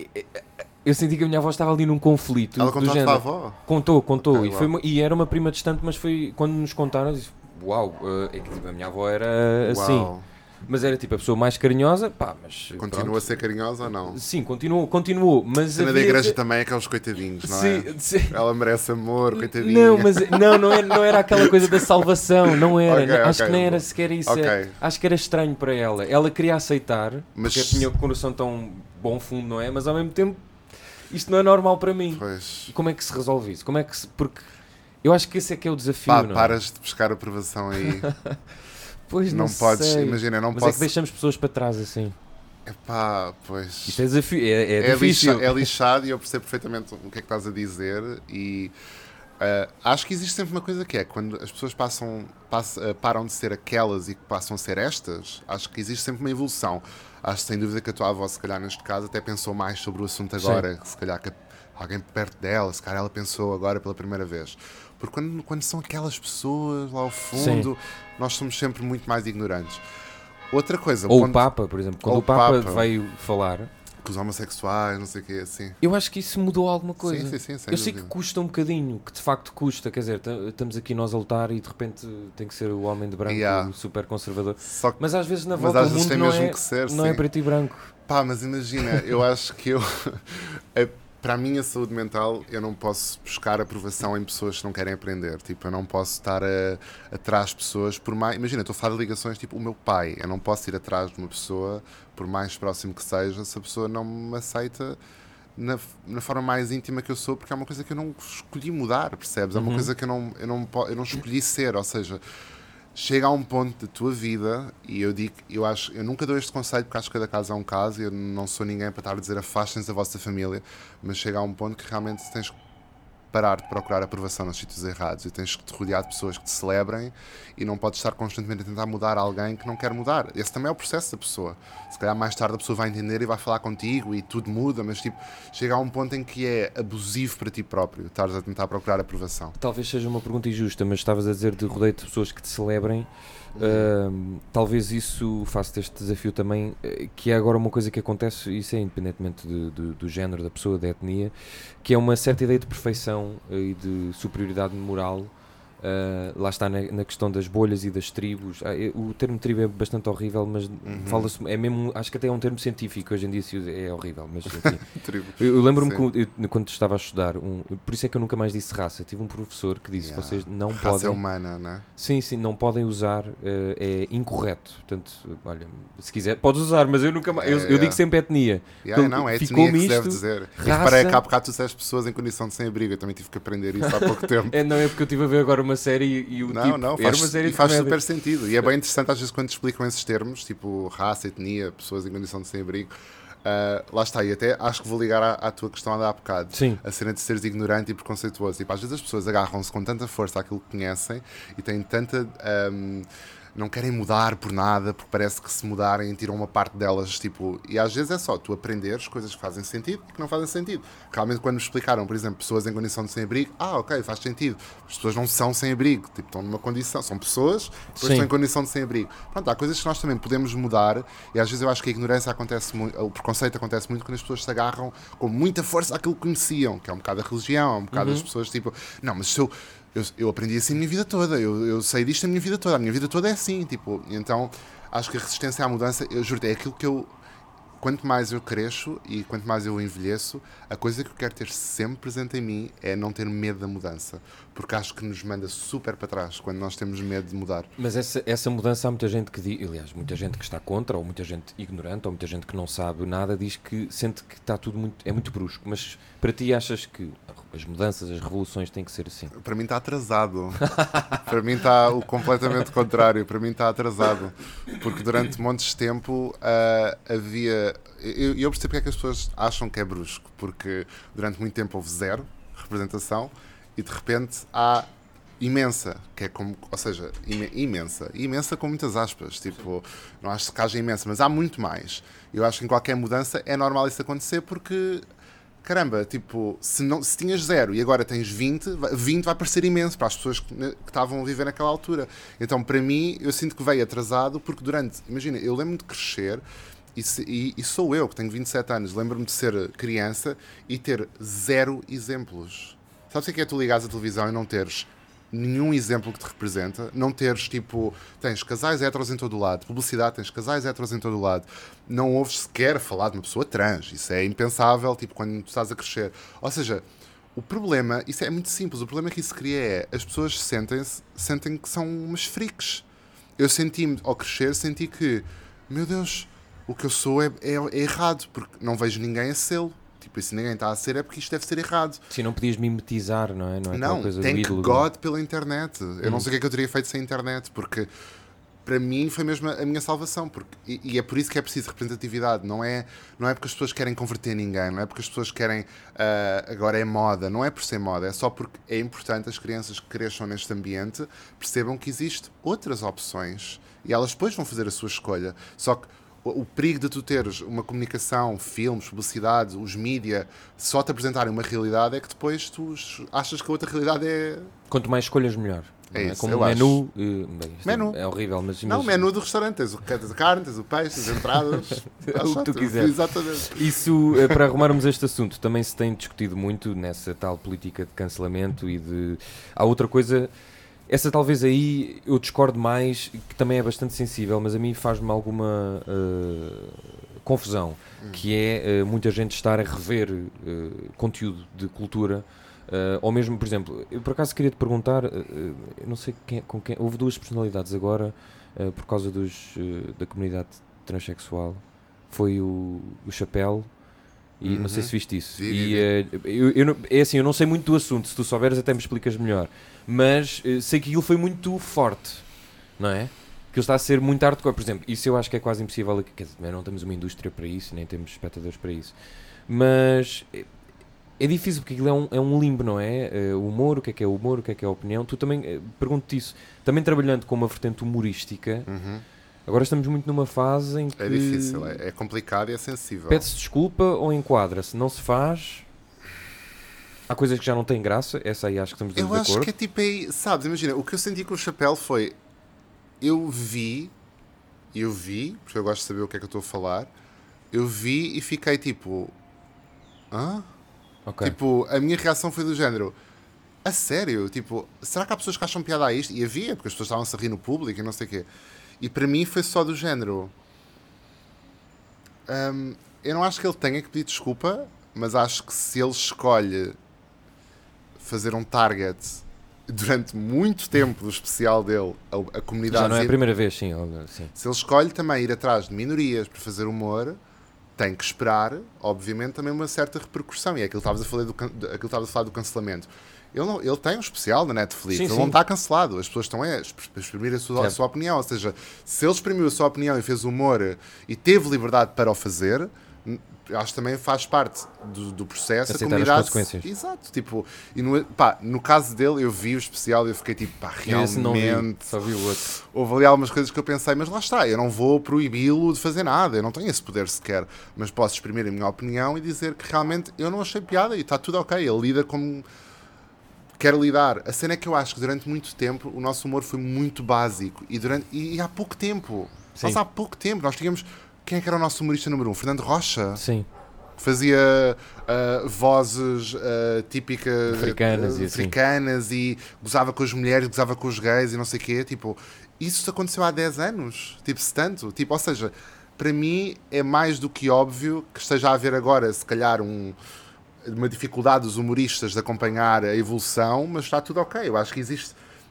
eu senti que a minha avó estava ali num conflito. Ela contou à avó? Contou, contou. Okay, e, foi uma, e era uma prima distante, mas foi quando nos contaram, eu disse, uau, uh, é que tipo, a minha avó era assim. Uau. Mas era tipo a pessoa mais carinhosa, pá, mas... Continua pronto. a ser carinhosa ou não? Sim, continuou, continuou, mas... A cena da igreja que... também é aqueles coitadinhos, não sim, é? Sim. Ela merece amor, coitadinha. Não, mas não, não, era, não era aquela coisa da salvação, não era. Okay, acho okay. que nem era sequer isso. Okay. É, acho que era estranho para ela. Ela queria aceitar, mas... porque tinha o coração tão bom fundo, não é? Mas ao mesmo tempo, isto não é normal para mim. Pois. Como é que se resolve isso? Como é que se... Porque eu acho que esse é que é o desafio, Pá, não é? paras de buscar aprovação aí... Pois não, não podes, sei. imagina, não mas posso... é que deixamos pessoas para trás assim. Epá, pois... Isto é desafio, é, é, é difícil. Lixa, é lixado e eu percebo perfeitamente o que é que estás a dizer e uh, acho que existe sempre uma coisa que é, quando as pessoas passam, passam, uh, param de ser aquelas e passam a ser estas, acho que existe sempre uma evolução. Acho sem dúvida que a tua avó, se calhar neste caso, até pensou mais sobre o assunto agora, Sim. se calhar que alguém perto dela, se calhar ela pensou agora pela primeira vez. Porque quando, quando são aquelas pessoas lá ao fundo, Sim. nós somos sempre muito mais ignorantes. Outra coisa... Ou quando... o Papa, por exemplo. Quando o, o Papa, Papa veio falar... Com os homossexuais, não sei o quê, assim. Eu acho que isso mudou alguma coisa. Sim, sim, sim. Sem Eu dúvida. sei que custa um bocadinho, que de facto custa. Quer dizer, estamos aqui nós a lutar e de repente tem que ser o homem de branco, yeah. super conservador. Que... Mas às vezes na volta do mundo não, é, ser, não é preto e branco. Pá, mas imagina, eu acho que eu... Para a minha saúde mental, eu não posso buscar aprovação em pessoas que não querem aprender. Tipo, eu não posso estar a, atrás de pessoas por mais... Imagina, estou a falar de ligações tipo o meu pai. Eu não posso ir atrás de uma pessoa, por mais próximo que seja, se a pessoa não me aceita na, na forma mais íntima que eu sou, porque é uma coisa que eu não escolhi mudar, percebes? É uma uhum. coisa que eu não, eu, não, eu não escolhi ser, ou seja... Chega a um ponto da tua vida e eu digo, eu acho, eu nunca dou este conselho porque acho que cada caso é um caso e eu não sou ninguém para estar a dizer afastem-se da vossa família, mas chega a um ponto que realmente tens que parar de procurar aprovação nos sítios errados e tens que te rodear de pessoas que te celebrem e não podes estar constantemente a tentar mudar alguém que não quer mudar. Esse também é o processo da pessoa. Se calhar mais tarde a pessoa vai entender e vai falar contigo e tudo muda, mas tipo, chega a um ponto em que é abusivo para ti próprio, estás a tentar procurar aprovação. Talvez seja uma pergunta injusta, mas estavas a dizer de rodeio de pessoas que te celebrem. Uh, talvez isso faça este desafio também, que é agora uma coisa que acontece, isso é independentemente de, de, do género da pessoa, da etnia, que é uma certa ideia de perfeição e de superioridade moral Uh, lá está na, na questão das bolhas e das tribos. Ah, eu- o termo tribo é bastante horrível, mas fala-se, é mesmo, acho que até é um termo científico, hoje em dia se usa- é horrível, mas enfim. Tribo. Eu, eu lembro-me Sim. que eu- quando estava a estudar, um, por isso é que eu nunca mais disse raça, tive um professor que disse, Yeah. vocês não Raça podem... humana, não é? Sim, sim, não podem usar, eh, é incorreto. Portanto, olha, se quiser, podes usar, mas eu nunca mais. Eu, É, eu é. digo sempre etnia. Yeah, Porque não, é ficou-me etnia que se deve isto, dizer. E raça- reparei que há bocado tu disseste pessoas em condição de sem-abrigo. Eu também tive que aprender isso há pouco tempo. É, não é porque eu estive a ver agora uma série e, e o Não, tipo. não, era faz, uma série e de faz comédia. super sentido. E é bem interessante às vezes quando te explicam esses termos, tipo raça, etnia, pessoas em condição de sem-abrigo. Ah, lá está, e até acho que vou ligar à, à tua questão há bocado. Sim. A cena de seres ignorante e preconceituoso. Tipo, às vezes as pessoas agarram-se com tanta força àquilo que conhecem e têm tanta. ahm, não querem mudar por nada, porque parece que se mudarem tiram uma parte delas, tipo, e às vezes é só tu aprenderes coisas que fazem sentido e que não fazem sentido. Realmente quando me explicaram, por exemplo, pessoas em condição de sem-abrigo, ah, ok, faz sentido. As pessoas não são sem-abrigo, tipo, estão numa condição, são pessoas, depois Sim. estão em condição de sem-abrigo. Pronto, há coisas que nós também podemos mudar e às vezes eu acho que a ignorância acontece muito, o preconceito acontece muito quando as pessoas se agarram com muita força àquilo que conheciam, que é um bocado a religião, é um bocado as pessoas, tipo, não, mas se eu Eu, eu aprendi assim a minha vida toda, eu, eu sei disto a minha vida toda, a minha vida toda é assim, tipo, então acho que a resistência à mudança, eu juro, é aquilo que eu, quanto mais eu cresço e quanto mais eu envelheço, a coisa que eu quero ter sempre presente em mim é não ter medo da mudança, porque acho que nos manda super para trás quando nós temos medo de mudar. Mas essa, essa mudança há muita gente que diz, aliás, muita gente que está contra, ou muita gente ignorante, ou muita gente que não sabe nada, diz que sente que está tudo muito, é muito brusco. Mas para ti achas que as mudanças, as revoluções têm que ser assim? Para mim está atrasado. Para mim está o completamente contrário. Para mim está atrasado. Porque durante montes de tempo ah, havia. Eu, eu percebo porque é que as pessoas acham que é brusco. Porque durante muito tempo houve zero representação e de repente há imensa, que é como, ou seja, ime- imensa, imensa com muitas aspas, tipo, não acho que haja imensa, mas há muito mais. Eu acho que em qualquer mudança é normal isso acontecer porque caramba, tipo, se, não, se tinhas zero e agora tens vinte, vai- vinte vai parecer imenso para as pessoas que, ne- que estavam a viver naquela altura. Então, para mim, eu sinto que veio atrasado porque durante, imagina, eu lembro-me de crescer e, se- e- e sou eu que tenho vinte e sete anos, lembro-me de ser criança e ter zero exemplos. Sabes o que é tu ligares a televisão e não teres nenhum exemplo que te representa, não teres tipo, tens casais heteros em todo o lado, publicidade, tens casais heteros em todo o lado, não ouves sequer falar de uma pessoa trans, isso é impensável, tipo, quando tu estás a crescer. Ou seja, o problema, isso é muito simples, o problema que isso cria é, as pessoas sentem-se, sentem que são umas freaks. Eu senti-me, ao crescer, senti que, meu Deus, o que eu sou é, é, é errado, porque não vejo ninguém a sê-lo. Tipo, e se ninguém está a ser é porque isto deve ser errado. Se não podias mimetizar, não é? Não, é aquela Não, coisa do thank ídolo. God pela internet. Eu não sei o que é que eu teria feito sem internet, porque para mim foi mesmo a minha salvação. Porque, e, e é por isso que é preciso representatividade. Não é, não é porque as pessoas querem converter ninguém, não é porque as pessoas querem. ah, agora é moda. Não é por ser moda, é só porque é importante as crianças que cresçam neste ambiente percebam que existem outras opções e elas depois vão fazer a sua escolha. Só que o perigo de tu teres uma comunicação, filmes, publicidade, os mídia, só te apresentarem uma realidade é que depois tu achas que a outra realidade é... Quanto mais escolhas, melhor. É não isso, como eu um menu. eh, bem, isto Menu. É horrível, mas. Não, o imagina- menu do restaurante, tens o tens a carne, tens o peixe, as entradas... O que tu quiseres. Exatamente. Isso, eh, para arrumarmos este assunto, também se tem discutido muito nessa tal política de cancelamento e de. Há outra coisa. Essa talvez aí eu discordo mais, que também é bastante sensível, mas a mim faz-me alguma eh, confusão, que é eh, muita gente estar a rever eh, conteúdo de cultura, eh, ou mesmo, por exemplo, eu por acaso queria te perguntar, eh, eh, eu não sei quem, com quem, houve duas personalidades agora, eh, por causa dos, eh, da comunidade transexual, foi o, o Chapéu. E Uhum. não sei se viste isso. Vi, vi, e, vi. eh, eu, eu não- é assim, eu não sei muito do assunto. Se tu souberes, até me explicas melhor. Mas eh, sei que aquilo foi muito forte, não é? Que ele está a ser muito hardcore. Por exemplo, isso eu acho que é quase impossível. Quer dizer, não temos uma indústria para isso, nem temos espectadores para isso. Mas é, é difícil porque aquilo é um, é um limbo, não é? Eh, o humor, o que é que é o humor, o que é que é a opinião. Tu também, eh, pergunto-te isso. Também trabalhando com uma vertente humorística, Uhum. agora estamos muito numa fase em que. É difícil, é, é complicado e é sensível. Pede-se desculpa ou enquadra-se? Não se faz. Há coisas que já não têm graça. Essa aí acho que estamos todos Eu de acho acordo. que é tipo aí, sabes, imagina, o que eu senti com o Chapéu foi, eu vi, eu vi, porque eu gosto de saber o que é que eu estou a falar, eu vi e fiquei tipo, hã? Ok. Tipo, a minha reação foi do género, A sério? Tipo, será que há pessoas que acham piada a isto? E havia, porque as pessoas estavam-se a rir no público e não sei o quê. E para mim foi só do género. Hum, eu não acho que ele tenha que pedir desculpa, mas acho que se ele escolhe fazer um target durante muito tempo do especial dele, a, a comunidade... Já não é a primeira vez, sim, sim. Se ele escolhe também ir atrás de minorias para fazer humor, tem que esperar, obviamente, também uma certa repercussão. E é aquilo que estavas a falar do, aquilo que estavas a falar do cancelamento. Ele, não, ele tem um especial na Netflix, sim, ele sim. não está cancelado, as pessoas estão a exprimir a sua, a sua opinião. Ou seja, se ele exprimiu a sua opinião e fez humor e teve liberdade para o fazer, acho que também faz parte do, do processo. Aceitar a comunidade, as consequências. Exato, tipo, e no, pá, no caso dele, eu vi o especial e eu fiquei tipo, pá, realmente. Não vi, só vi o outro. Houve ali algumas coisas que eu pensei, mas lá está, eu não vou proibi-lo de fazer nada, eu não tenho esse poder sequer, mas posso exprimir a minha opinião e dizer que realmente eu não achei piada e está tudo ok, ele lida como quer lidar. A cena é que eu acho que durante muito tempo o nosso humor foi muito básico e, durante, e, e há pouco tempo, Sim. nós há pouco tempo, nós tínhamos, quem é que era o nosso humorista número um? Fernando Rocha. Sim. Fazia uh, vozes uh, típicas africanas, uh, e, africanas e gozava com as mulheres, gozava com os gays e não sei o quê. Tipo, isso aconteceu há dez anos. Tipo, se tanto. Tipo, ou seja, para mim é mais do que óbvio que esteja a haver agora, se calhar, um, uma dificuldade dos humoristas de acompanhar a evolução, mas está tudo ok. Eu acho que existe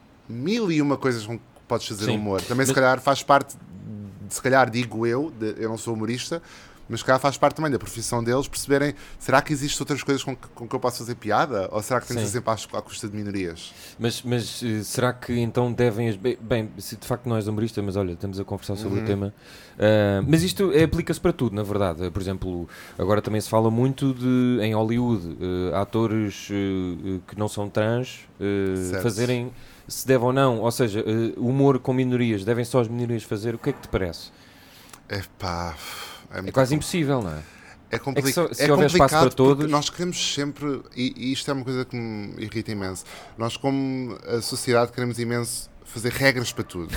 mil e uma coisas com que podes fazer Sim. humor. Também, mas... se calhar, faz parte, se calhar, digo eu, de, eu não sou humorista, mas cá faz parte também da profissão deles perceberem, será que existem outras coisas com que, com que eu posso fazer piada? Ou será que tem que ser sempre à, à custa de minorias? Mas, mas será que então devem... As, bem, se de facto não és humorista, mas olha, estamos a conversar sobre uhum. o tema. Uh, mas isto é, aplica-se para tudo, na verdade. Por exemplo, agora também se fala muito de, em Hollywood, uh, atores uh, que não são trans uh, fazerem, se deve ou não, ou seja, uh, humor com minorias, devem só as minorias fazer, o que é que te parece? Epá... É, é quase impossível, não é? É, complica- é só, se é houver espaço para todos... nós queremos sempre, e, e isto é uma coisa que me irrita imenso, nós como a sociedade queremos imenso fazer regras para tudo.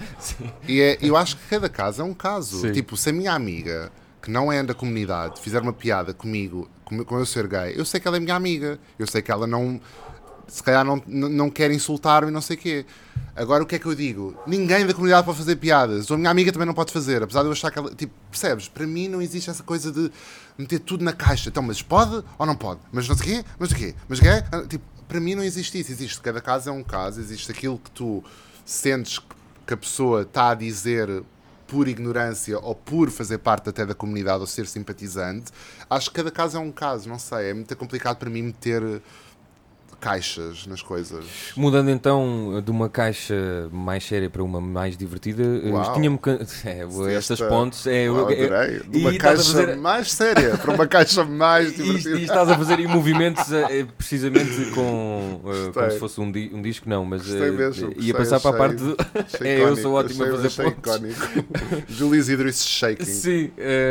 E é, eu acho que cada caso é um caso. Sim. Tipo, se a minha amiga, que não é da comunidade, fizer uma piada comigo, com, com eu ser gay, eu sei que ela é minha amiga, eu sei que ela não... se calhar não, não quer insultar-me e não sei o quê. Agora, o que é que eu digo? Ninguém da comunidade pode fazer piadas. A minha amiga também não pode fazer, apesar de eu achar que ela... Tipo, percebes? Para mim não existe essa coisa de meter tudo na caixa. Então, mas pode ou não pode? Mas não sei o quê? Mas o quê? Mas o quê? Tipo, para mim não existe isso. Existe, cada caso é um caso. Existe aquilo que tu sentes que a pessoa está a dizer por ignorância ou por fazer parte até da comunidade ou ser simpatizante. Acho que cada caso é um caso. Não sei. É muito complicado para mim meter... caixas nas coisas. Mudando então de uma caixa mais séria para uma mais divertida, tinha-me é, estas esta... pontes é, Uau, adorei. De uma caixa fazer... mais séria para uma caixa mais divertida. E, e estás a fazer movimentos precisamente com uh, como se fosse um, di- um disco, não, mas uh, mesmo, ia passar achei, para a parte de é, eu sou ótimo achei, a fazer achei pontes. Júlio Isidro is shaking. Sim,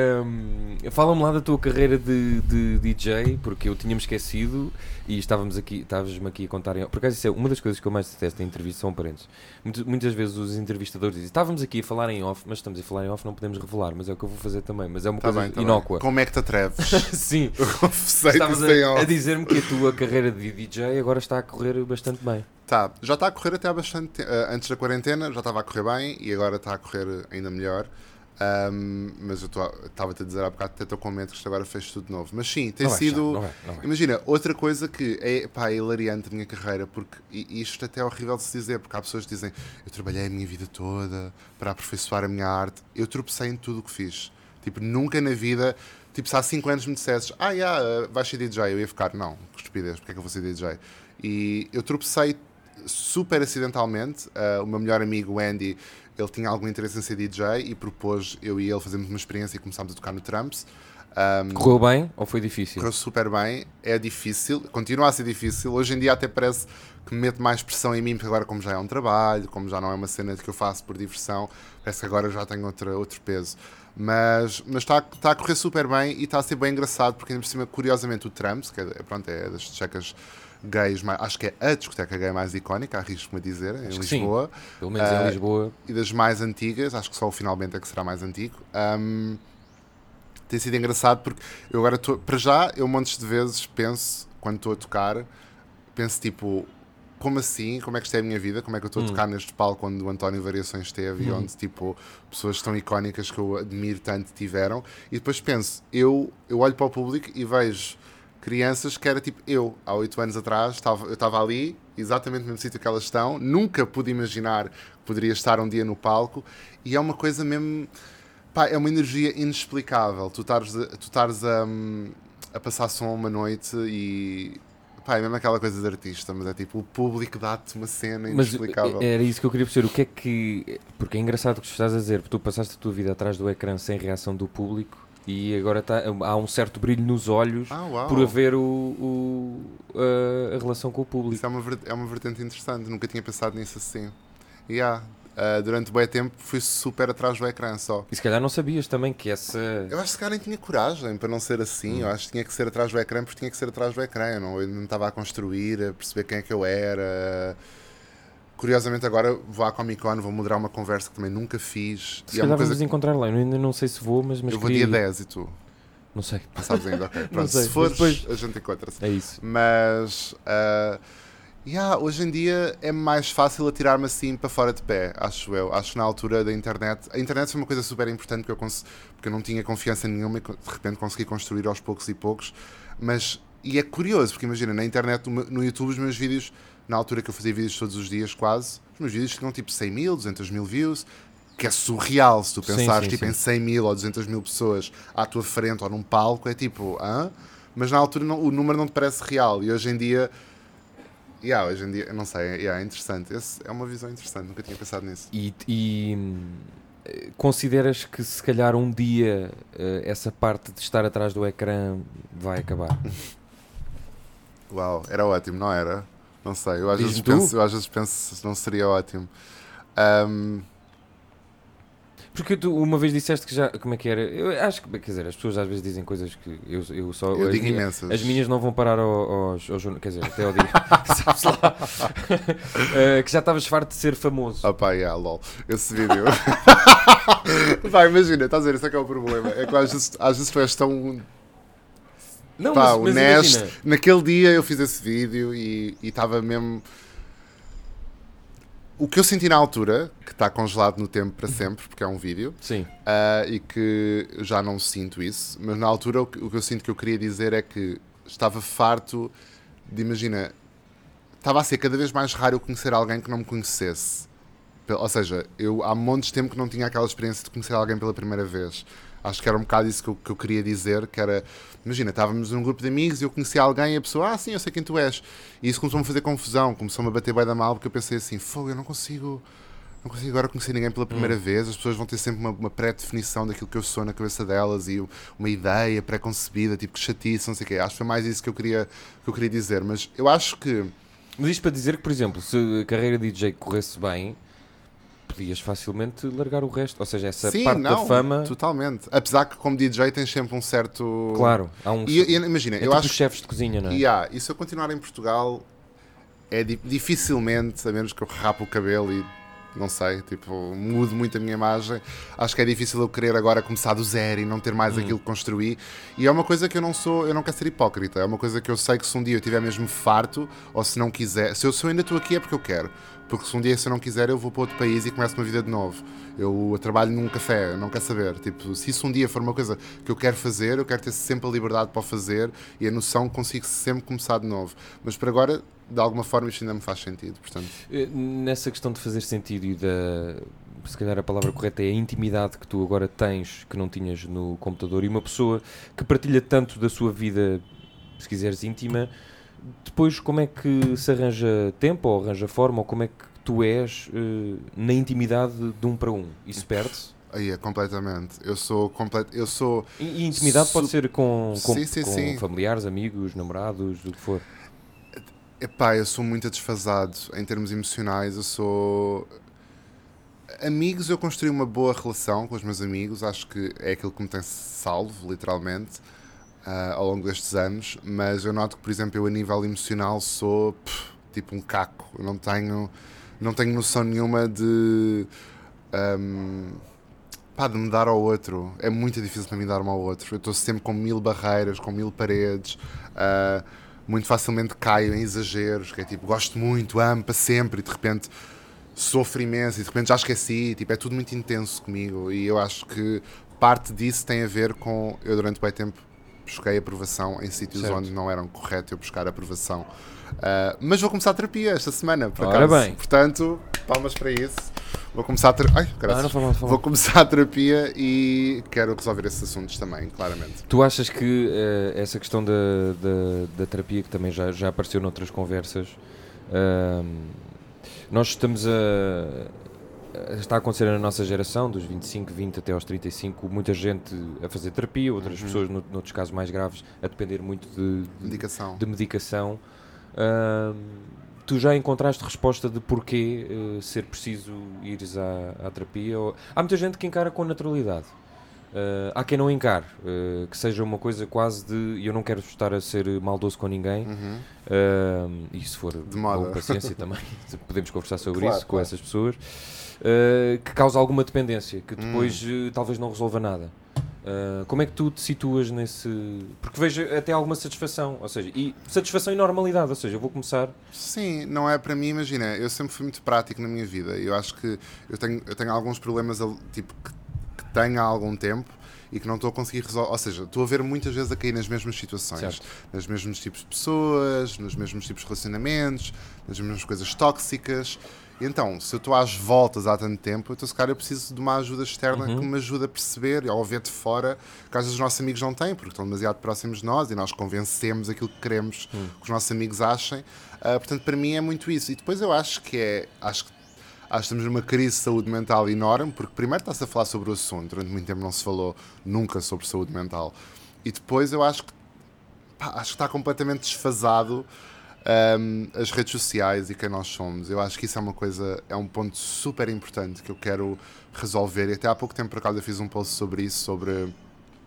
um, fala-me lá da tua carreira de, de D J, porque eu tinha-me esquecido e estávamos aqui, estávamos-me aqui a contar. Por acaso, isso é uma das coisas que eu mais detesto em entrevistas, são parentes. Muitas, muitas vezes os entrevistadores dizem, estávamos aqui a falar em off, mas estamos a falar em off, não podemos revelar, mas é o que eu vou fazer também, mas é uma tá coisa bem, tá inócua. Bem. Como é que te atreves? Sim, estavas a, a dizer-me que a tua carreira de D J agora está a correr bastante bem. Tá, já está a correr até há bastante tempo. Uh, antes da quarentena já estava a correr bem e agora está a correr ainda melhor. Um, mas eu estava-te a dizer há bocado, até estou com medo que isto agora fez tudo de novo. Mas sim, tem não sido. Não vai, não vai. Imagina, outra coisa que é, pá, é hilariante da minha carreira, porque e isto até é horrível de se dizer, porque há pessoas que dizem eu trabalhei a minha vida toda para aperfeiçoar a minha arte. Eu tropecei em tudo o que fiz. Tipo, nunca na vida. Tipo, se há cinco anos me dissesses, ah, yeah, vais ser D J, eu ia ficar, não, que estupidez, porque é que eu vou ser D J? E eu tropecei super acidentalmente. Uh, o meu melhor amigo, o Andy, ele tinha algum interesse em ser D J e propôs eu e ele fazermos uma experiência e começámos a tocar no Tramps. Um, correu bem ou foi difícil? Correu super bem, é difícil, continua a ser difícil. Hoje em dia até parece que me mete mais pressão em mim, porque agora como já é um trabalho, como já não é uma cena que eu faço por diversão, parece que agora já tenho outra, outro peso. Mas, mas está, está a correr super bem e está a ser bem engraçado, porque ainda por cima, curiosamente, o Tramps, que é, pronto, é das discotecas gays, mais, acho que é a discoteca gay mais icónica, arrisco-me a dizer, em acho Lisboa. Sim, pelo menos uh, em Lisboa. E das mais antigas, acho que só o Finalmente é que será mais antigo. Um, tem sido engraçado porque eu agora estou, para já, eu montes de vezes penso, quando estou a tocar, penso tipo, como assim? Como é que isto é a minha vida? Como é que eu estou a tocar neste palco onde o António Variações esteve e onde, tipo, pessoas tão icónicas que eu admiro tanto tiveram? E depois penso, eu, eu olho para o público e vejo crianças que era tipo eu, há oito anos atrás, estava, eu estava ali, exatamente no mesmo sítio que elas estão, nunca pude imaginar que poderia estar um dia no palco, e é uma coisa mesmo, pá, é uma energia inexplicável, tu estares a, tu estares a, a passar som uma noite e, pá, é mesmo aquela coisa de artista, mas é tipo, o público dá-te uma cena inexplicável. Mas era isso que eu queria perceber, o que é que, porque é engraçado o que tu estás a dizer, porque tu passaste a tua vida atrás do ecrã sem reação do público, e agora tá, há um certo brilho nos olhos ah, por haver o, o, a, a relação com o público. Isso é uma, é uma vertente interessante, nunca tinha pensado nisso assim. E yeah, uh, durante bem tempo fui super atrás do ecrã só. E se calhar não sabias também que essa... Eu acho que se calhar nem tinha coragem para não ser assim. Hum. Eu acho que tinha que ser atrás do ecrã porque tinha que ser atrás do ecrã. Eu não, eu não estava a construir, a perceber quem é que eu era. Curiosamente agora vou à Comic Con, vou moderar uma conversa que também nunca fiz. Se calhar é vamos que... encontrar lá, eu ainda não sei se vou, mas... mas eu vou queria... dia dez e tu? Não sei. Não sabes ainda, ok. Pronto, sei, se fores, depois... a gente encontra-se. É isso. Mas, uh, yeah, hoje em dia é mais fácil atirar-me assim para fora de pé, acho eu. Acho que na altura da internet... A internet foi uma coisa super importante porque eu, cons... porque eu não tinha confiança nenhuma e de repente consegui construir aos poucos e poucos. Mas, e é curioso, porque imagina, na internet, no YouTube, os meus vídeos... Na altura que eu fazia vídeos todos os dias, quase, os meus vídeos tinham tipo cem mil, duzentos mil views, que é surreal se tu pensares sim, sim, tipo, sim. em cem mil ou duzentas mil pessoas à tua frente ou num palco, é tipo, hã? Mas na altura não, o número não te parece real. E hoje em dia, yeah, hoje em dia, eu não sei, yeah, é interessante. Esse é uma visão interessante, nunca tinha pensado nisso. E, e consideras que se calhar um dia essa parte de estar atrás do ecrã vai acabar? Uau, era ótimo, não era? Não sei, eu às, vezes penso, eu às vezes penso se não seria ótimo. Um... Porque tu uma vez disseste que já... Como é que era? Eu acho que, quer dizer, as pessoas às vezes dizem coisas que eu, eu só... Eu digo minhas, imensas. As minhas não vão parar aos... aos quer dizer, até ao dia. Sabes lá? uh, que já estavas farto de ser famoso. Ah pá, yeah, lol. Esse vídeo... Vai, imagina, estás a ver, isso é que é o problema. É que às vezes, às vezes tu és tão... Não, pá, mas, mas honesto. Imagina. Naquele dia eu fiz esse vídeo e estava mesmo... O que eu senti na altura, que está congelado no tempo para sempre, porque é um vídeo, sim. Uh, e que já não sinto isso, mas na altura o que, o que eu sinto que eu queria dizer é que estava farto de, imagina, estava a ser cada vez mais raro eu conhecer alguém que não me conhecesse. Ou seja, eu há montes de tempo que não tinha aquela experiência de conhecer alguém pela primeira vez. Acho que era um bocado isso que eu, que eu queria dizer, que era, imagina, estávamos num grupo de amigos e eu conhecia alguém e a pessoa, ah sim, eu sei quem tu és. E isso começou-me a fazer confusão, começou-me a bater bem da mal, porque eu pensei assim, fogo, eu não consigo, não consigo agora conhecer ninguém pela primeira hum. vez, as pessoas vão ter sempre uma, uma pré-definição daquilo que eu sou na cabeça delas e uma ideia pré-concebida, tipo que chatice, não sei o quê. Acho que foi mais isso que eu queria, que eu queria dizer, mas eu acho que... Mas isto para dizer que, por exemplo, se a carreira de D J corresse bem... podias facilmente largar o resto, ou seja, essa Sim, parte não, da fama... totalmente, apesar que como D J tens sempre um certo... Claro, há um... E, e, imagina, é eu tipo acho... os chefes de cozinha, não é? E, ah, e se eu continuar em Portugal, é di- dificilmente, a menos que eu rapo o cabelo e, não sei, tipo, mudo muito a minha imagem, acho que é difícil eu querer agora começar do zero e não ter mais hum. aquilo que construí, e é uma coisa que eu não sou, eu não quero ser hipócrita, é uma coisa que eu sei que se um dia eu estiver mesmo farto, ou se não quiser, se eu, se eu ainda estou aqui é porque eu quero. Porque se um dia se eu não quiser eu vou para outro país e começo uma vida de novo. Eu trabalho num café, eu não quero saber. Tipo, se isso um dia for uma coisa que eu quero fazer, eu quero ter sempre a liberdade para o fazer e a noção que consigo sempre começar de novo. Mas por agora, de alguma forma, isto ainda me faz sentido. Portanto. Nessa questão de fazer sentido e da... se calhar a palavra correta é a intimidade que tu agora tens, que não tinhas no computador, e uma pessoa que partilha tanto da sua vida, se quiseres, íntima... Depois, como é que se arranja tempo, ou arranja forma, ou como é que tu és uh, na intimidade de um para um? Isso perde-se? Aí é, completamente. Eu sou completo. Eu sou. E, e intimidade su- pode ser com, com, sim, sim, com sim. familiares, amigos, namorados, o que for. Epá, eu sou muito desfasado em termos emocionais. Eu sou. Amigos, eu construí uma boa relação com os meus amigos. Acho que é aquilo que me tem salvo, literalmente. Uh, ao longo destes anos, mas eu noto que, por exemplo, eu a nível emocional sou pff, tipo um caco, eu não tenho, não tenho noção nenhuma de, um, pá, de me dar ao outro. É muito difícil para mim dar-me ao outro. Eu estou sempre com mil barreiras, com mil paredes. Uh, muito facilmente caio em exageros, que é tipo, gosto muito, amo para sempre, e de repente sofro imenso, e de repente já esqueci, tipo, é tudo muito intenso comigo, e eu acho que parte disso tem a ver com, eu durante bem tempo busquei aprovação em sítios Certo. onde não eram correto eu buscar aprovação. Uh, mas vou começar a terapia esta semana, por Ora acaso. bem. Portanto, palmas para isso. Vou começar a ter... Ai, Ah, não, foi mal, foi mal. Vou começar a terapia e quero resolver esses assuntos também, claramente. Tu achas que uh, essa questão da, da, da terapia, que também já, já apareceu noutras conversas, uh, nós estamos a... Está a acontecer na nossa geração, dos vinte e cinco, vinte até aos trinta e cinco, muita gente a fazer terapia, outras uhum. pessoas, no, noutros casos mais graves, a depender muito de, de medicação. De medicação. Uh, tu já encontraste resposta de porquê uh, ser preciso ires à, à terapia? Ou... Há muita gente que encara com naturalidade. Uh, há quem não encare, uh, que seja uma coisa quase de... E eu não quero estar a ser maldoso com ninguém, uhum. uh, e se for de moda. com paciência também, podemos conversar sobre claro, isso com claro. essas pessoas. Uh, que causa alguma dependência, que depois hum. uh, talvez não resolva nada. Uh, como é que tu te situas nesse... Porque vejo até alguma satisfação, ou seja, e satisfação e normalidade, ou seja, eu vou começar... Sim, não é para mim, imagina, eu sempre fui muito prático na minha vida, eu acho que eu tenho, eu tenho alguns problemas tipo, que, que tenho há algum tempo e que não estou a conseguir resolver, ou seja, estou a ver muitas vezes a cair nas mesmas situações, certo. Nos mesmos tipos de pessoas, nos mesmos tipos de relacionamentos, nas mesmas coisas tóxicas. Então, se eu estou às voltas há tanto tempo, então se calhar eu preciso de uma ajuda externa uhum. que me ajude a perceber, ou a ver de fora, que às vezes os nossos amigos não têm, porque estão demasiado próximos de nós e nós convencemos aquilo que queremos uhum. que os nossos amigos achem. Uh, portanto, para mim é muito isso. E depois eu acho que é... Acho que, acho que estamos numa crise de saúde mental enorme, porque primeiro está-se a falar sobre o assunto, durante muito tempo não se falou nunca sobre saúde mental. E depois eu acho que, pá, acho que está completamente desfasado Um, as redes sociais e quem nós somos. Eu acho que isso é uma coisa, é um ponto super importante que eu quero resolver, e até há pouco tempo por acaso eu fiz um post sobre isso, sobre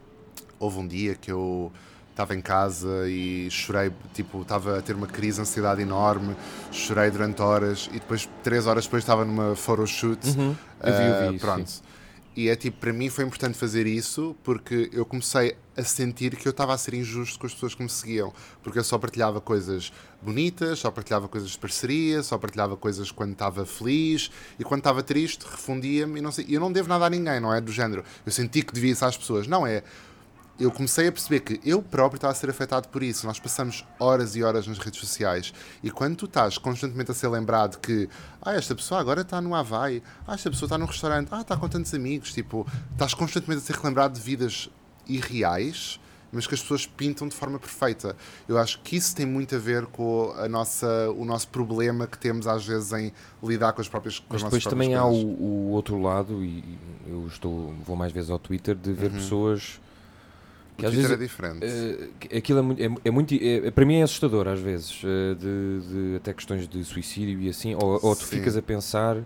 houve um dia que eu estava em casa e chorei, tipo, estava a ter uma crise de ansiedade enorme, chorei durante horas e depois, três horas depois estava numa photoshoot uhum. eu vi, eu vi uh, pronto isso, e é tipo, para mim foi importante fazer isso porque eu comecei a sentir que eu estava a ser injusto com as pessoas que me seguiam, porque eu só partilhava coisas bonitas, só partilhava coisas de parceria, só partilhava coisas quando estava feliz, e quando estava triste refundia-me, e não sei, eu não devo nada a ninguém, não é do género, eu senti que devia isso às pessoas, não é, eu comecei a perceber que eu próprio estava a ser afetado por isso. Nós passamos horas e horas nas redes sociais e quando tu estás constantemente a ser lembrado que ah, esta pessoa agora está no Havaí, ah, esta pessoa está num restaurante, ah, está com tantos amigos, tipo, estás constantemente a ser relembrado de vidas irreais, mas que as pessoas pintam de forma perfeita. Eu acho que isso tem muito a ver com a nossa, o nosso problema que temos às vezes em lidar com as próprias coisas. Mas depois também há o, o outro lado, e eu estou, vou mais vezes ao Twitter, de ver uhum. pessoas... Que o às Twitter vezes, é diferente. Uh, aquilo é muito, é, é muito é, para mim é assustador às vezes, uh, de, de até questões de suicídio e assim, ou, ou tu Sim. ficas a pensar,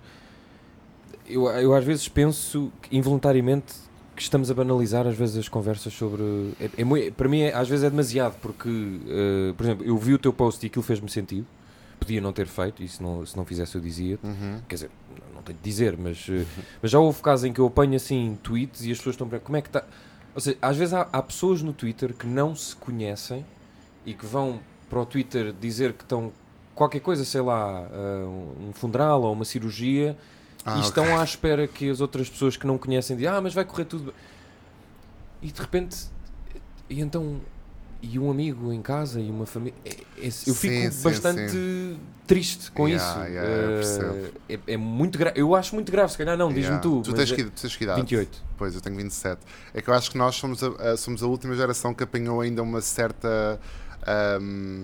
eu, eu às vezes penso que, involuntariamente que estamos a banalizar às vezes as conversas sobre, é, é muito, para mim é, às vezes é demasiado, porque, uh, por exemplo, eu vi o teu post e aquilo fez-me sentido, podia não ter feito, e se não, se não fizesse eu dizia-te, uhum. quer dizer, não tenho de dizer, mas, uh, mas já houve casos em que eu apanho assim tweets e as pessoas estão para como é que está... Ou seja, às vezes há, há pessoas no Twitter que não se conhecem e que vão para o Twitter dizer que estão qualquer coisa, sei lá, uh, um funeral ou uma cirurgia ah, e estão okay. à espera que as outras pessoas que não conhecem digam, ah, mas vai correr tudo bem. E de repente, e então, e um amigo em casa e uma família, é, é, eu sim, fico sim, bastante sim. triste com yeah, isso. Yeah, uh, é, é muito grave, eu acho muito grave, se calhar não, diz-me yeah. tu. Tu tens que, tens que idade? vinte e oito. Pois, eu tenho vinte e sete. É que eu acho que nós somos a, a, somos a última geração que apanhou ainda uma certa... Um,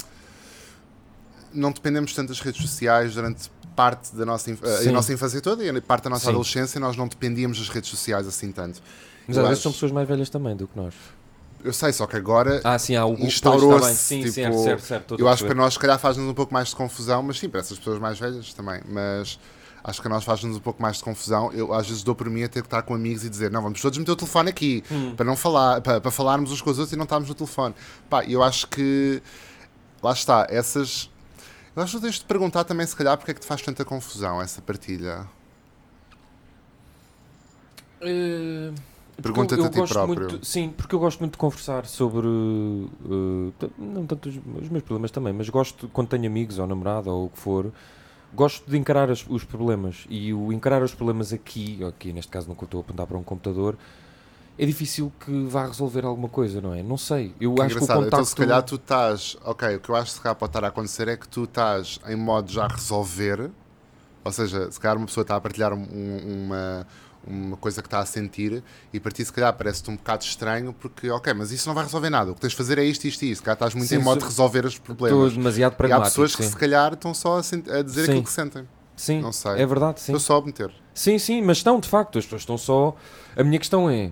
não dependemos tanto das redes sociais durante parte da nossa, inf- a nossa infância toda e parte da nossa Sim. adolescência, nós não dependíamos das redes sociais assim tanto. Mas eu às vezes acho... são pessoas mais velhas também do que nós. Eu sei, só que agora ah, sim, há o, instaurou-se, sim, tipo, certo, certo, certo, eu acho que para nós se calhar faz-nos um pouco mais de confusão, mas sim, para essas pessoas mais velhas também, mas acho que a nós faz-nos um pouco mais de confusão. Eu às vezes dou por mim a ter que estar com amigos e dizer, não, vamos todos meter o telefone aqui, hum. para não falar, para, para falarmos uns com os outros e não estarmos no telefone. Pá, eu acho que, lá está, essas... Eu acho que tens de perguntar também, se calhar, porque é que te faz tanta confusão essa partilha. Uh... Pergunta-te eu a ti gosto próprio. muito, sim, porque eu gosto muito de conversar sobre, uh, t- não tanto os, os meus problemas também, mas gosto, quando tenho amigos ou namorada ou o que for, gosto de encarar as- os problemas. E o encarar os problemas aqui, aqui neste caso nunca estou a apontar para um computador, é difícil que vá resolver alguma coisa, não é? Não sei. Eu Que acho que o engraçado. contacto... Então, se calhar tu estás. Ok, o que eu acho que se calhar pode estar a acontecer é que tu estás em modo já a resolver. Ou seja, se calhar uma pessoa está a partilhar um- um- uma, uma coisa que está a sentir e para ti, se calhar, parece-te um bocado estranho porque, ok, mas isso não vai resolver nada. O que tens de fazer é isto, isto e isto. Se calhar estás muito Sim, em modo sou- de resolver os Estou problemas. demasiado E há pragmático, pessoas que, sim. se calhar, estão só a, sent- a dizer Sim. aquilo que sentem. Sim, Não sei. é verdade, sim. Estou só a meter. Sim, sim, mas estão, de facto, as pessoas estão só... A minha questão é,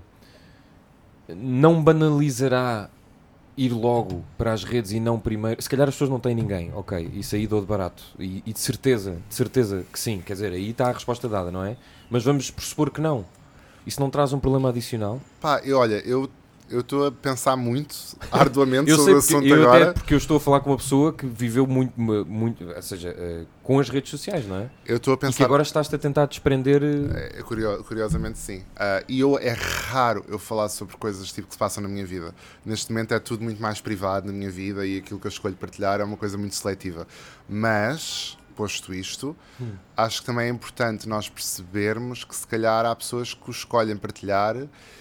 não banalizará ir logo para as redes e não primeiro... Se calhar as pessoas não têm ninguém, ok, isso aí dou de barato. E, e de certeza, de certeza que sim, quer dizer, aí está a resposta dada, não é? Mas vamos pressupor que não. Isso não traz um problema adicional? Pá, e olha, eu eu estou a pensar muito, arduamente, Eu sobre sei o porque, assunto eu agora. até porque eu estou a falar com uma pessoa que viveu muito, muito ou seja, eh, com as redes sociais, não é? Eu estou a E que pensar. agora estás-te a tentar desprender... eh, É, curio- curiosamente, sim. Ah, e eu, é raro eu falar sobre coisas tipo que se passam na minha vida. Neste momento é tudo muito mais privado na minha vida e aquilo que eu escolho partilhar é uma coisa muito seletiva. Mas, posto isto, Hum. acho que também é importante nós percebermos que se calhar há pessoas que o escolhem partilhar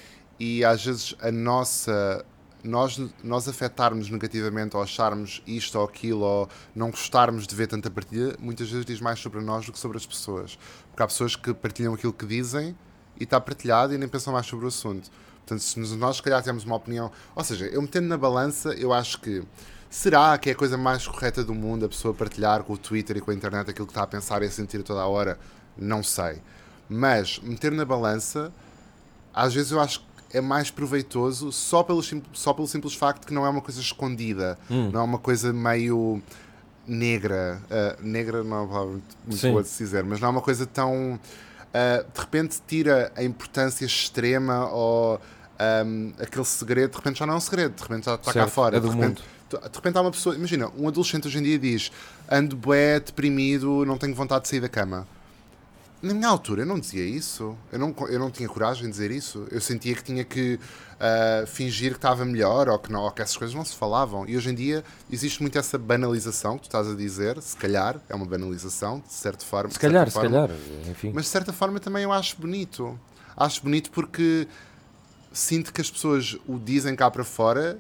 e às vezes a nossa... Nós, nós afetarmos negativamente ou acharmos isto ou aquilo ou não gostarmos de ver tanta partilha, muitas vezes diz mais sobre nós do que sobre as pessoas. Porque há pessoas que partilham aquilo que dizem e está partilhado e nem pensam mais sobre o assunto. Portanto, se nós, se calhar, temos uma opinião... Ou seja, eu metendo na balança, eu acho que será que é a coisa mais correta do mundo a pessoa partilhar com o Twitter e com a internet aquilo que está a pensar e a sentir toda a hora? Não sei. Mas, meter na balança, às vezes eu acho que é mais proveitoso só pelo, sim- só pelo simples facto que não é uma coisa escondida. Hum. Não é uma coisa meio negra. Ah, negra não é uma palavra muito, muito Sim. boa de se dizer, mas não é uma coisa tão... ah, de repente tira a importância extrema ou ahm, aquele segredo, de repente já não é um segredo, de repente já está cá Certo, fora. é do de, repente, de repente há uma pessoa... Imagina, um adolescente hoje em dia diz: ando bué, deprimido, não tenho vontade de sair da cama. Na minha altura eu não dizia isso, eu não, eu não tinha coragem de dizer isso, eu sentia que tinha que ah, fingir que estava melhor ou que, não, ou que essas coisas não se falavam. E hoje em dia existe muito essa banalização que tu estás a dizer, se calhar é uma banalização, de certa forma. Se de certa calhar, se forma, calhar, enfim. Mas de certa forma também eu acho bonito. Acho bonito porque sinto que as pessoas o dizem cá para fora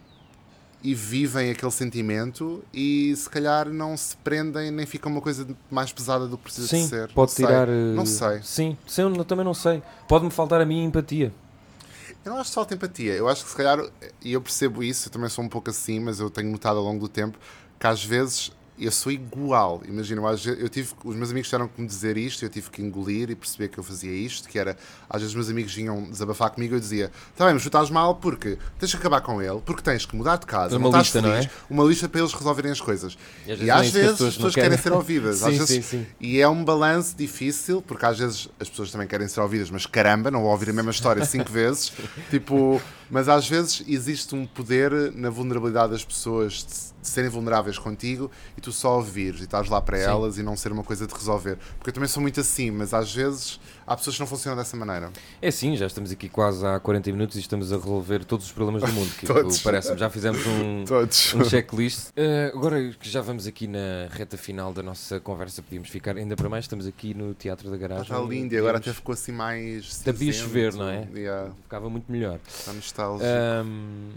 e vivem aquele sentimento e se calhar não se prendem nem fica uma coisa mais pesada do que precisa Sim, de ser. pode Não sei. tirar... eh, Não sei. Sim, sim, eu também não sei. Pode-me faltar a minha empatia. Eu não acho só de empatia. Eu acho que se calhar, e eu percebo isso, eu também sou um pouco assim, mas eu tenho notado ao longo do tempo que às vezes eu sou igual. Imagina, eu, às vezes- eu tive, os meus amigos tiveram que me dizer isto, eu tive que engolir e perceber que eu fazia isto, que era, às vezes os meus amigos vinham desabafar comigo e eu dizia: tá bem, mas tu estás mal porque tens que acabar com ele, porque tens que mudar de casa, Uma não estás lista, não feliz, é? uma lista para eles resolverem as coisas. E às E vezes às nem sequer vezes as pessoas as pessoas não querem querem. ser ouvidas. Sim, às vezes, sim, sim. E é um balanço difícil, porque às vezes as pessoas também querem ser ouvidas, mas caramba, não vou ouvir a mesma história cinco vezes. Tipo, mas às vezes existe um poder na vulnerabilidade das pessoas de, de serem vulneráveis contigo e tu só ouvires e estás lá para Sim. elas e não ser uma coisa de resolver. Porque eu também sou muito assim, mas às vezes há pessoas que não funcionam dessa maneira. É sim, já estamos aqui quase há quarenta minutos e estamos a resolver todos os problemas do mundo. Que Todos. parece-me, já fizemos um, Todos. um checklist. Eh, agora que já vamos aqui na reta final da nossa conversa, podíamos ficar ainda para mais. Estamos aqui no Teatro da Garagem. Está lindo e agora até Podíamos- ficou assim mais. Devia cinzento. chover, não é? Yeah, Ficava muito melhor. está nostálgico. Ahm,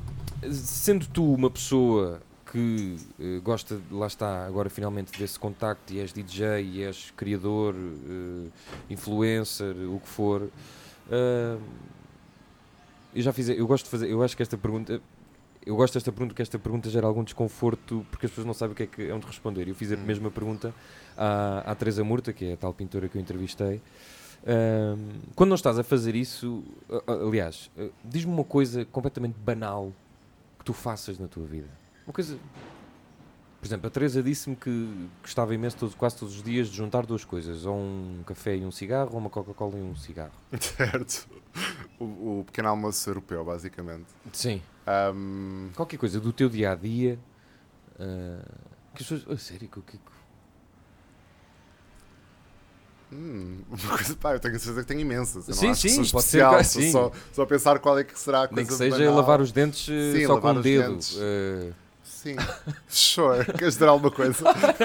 sendo tu uma pessoa que eh, gosta, lá está, agora finalmente desse contacto e és D J e és criador, eh, influencer, o que for, ahm, eu já fiz, eu gosto de fazer, eu acho que esta pergunta, eu gosto desta pergunta, que esta pergunta gera algum desconforto porque as pessoas não sabem o que é que é onde responder. Eu fiz a Hum. mesma pergunta à, à Teresa Murta, que é a tal pintora que eu entrevistei. Ahm, quando não estás a fazer isso, a- a- aliás, eh, diz-me uma coisa completamente banal que tu faças na tua vida. Uma coisa. Por exemplo, a Teresa disse-me que gostava imenso todo- quase todos os dias de juntar duas coisas, ou um café e um cigarro, ou uma Coca-Cola e um cigarro. Certo. O, o pequeno almoço europeu, basicamente. Sim. Ahm, Qualquer coisa do teu dia a dia. que as pessoas. Oh, sério, que, que, Hum, uma coisa, pá, eu tenho certeza que tenho imensas. Eu não Sim, acho que sim, sou pode ser especial, que- sou sim. Só, só pensar qual é que será a coisa Nem que seja banal. lavar os dentes eh, Sim, só lavar com o os dedo. dentes. eh, Sim, sure. Queres dizer alguma coisa?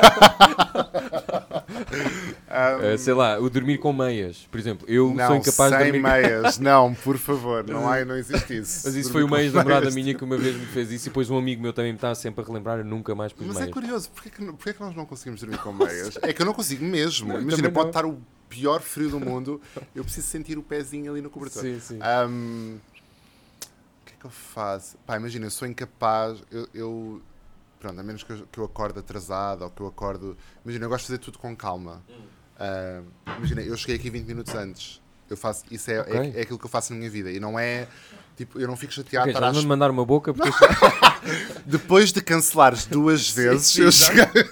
eh, sei lá, o dormir com meias, por exemplo. Eu não, sou incapaz de sem dormir meias. Não, por favor. Não, há, não existe isso. Mas isso Dormir foi uma com ex-namorada meias. minha que uma vez me fez isso e depois um amigo meu também me está sempre a relembrar, eu nunca mais pus Mas é meias. curioso, porquê que, porquê que nós não conseguimos dormir com meias? É que eu não consigo mesmo. Não, Imagina, também pode não. estar o pior frio do mundo, eu preciso sentir o pezinho ali no cobertor. Sim, sim. Ahm, o que é que eu faço? Pá, imagina, eu sou incapaz, eu, eu- pronto, a menos que eu, que eu acorde atrasado ou que eu acordo. Imagina, eu gosto de fazer tudo com calma. Ah, imagina, eu cheguei aqui vinte minutos antes. Eu faço, isso é, Ok. é, é aquilo que eu faço na minha vida. E não é. Tipo, eu não fico chateado. Ok, estar já à vamos mandar uma boca porque Depois de cancelares duas vezes, sim, eu já. cheguei.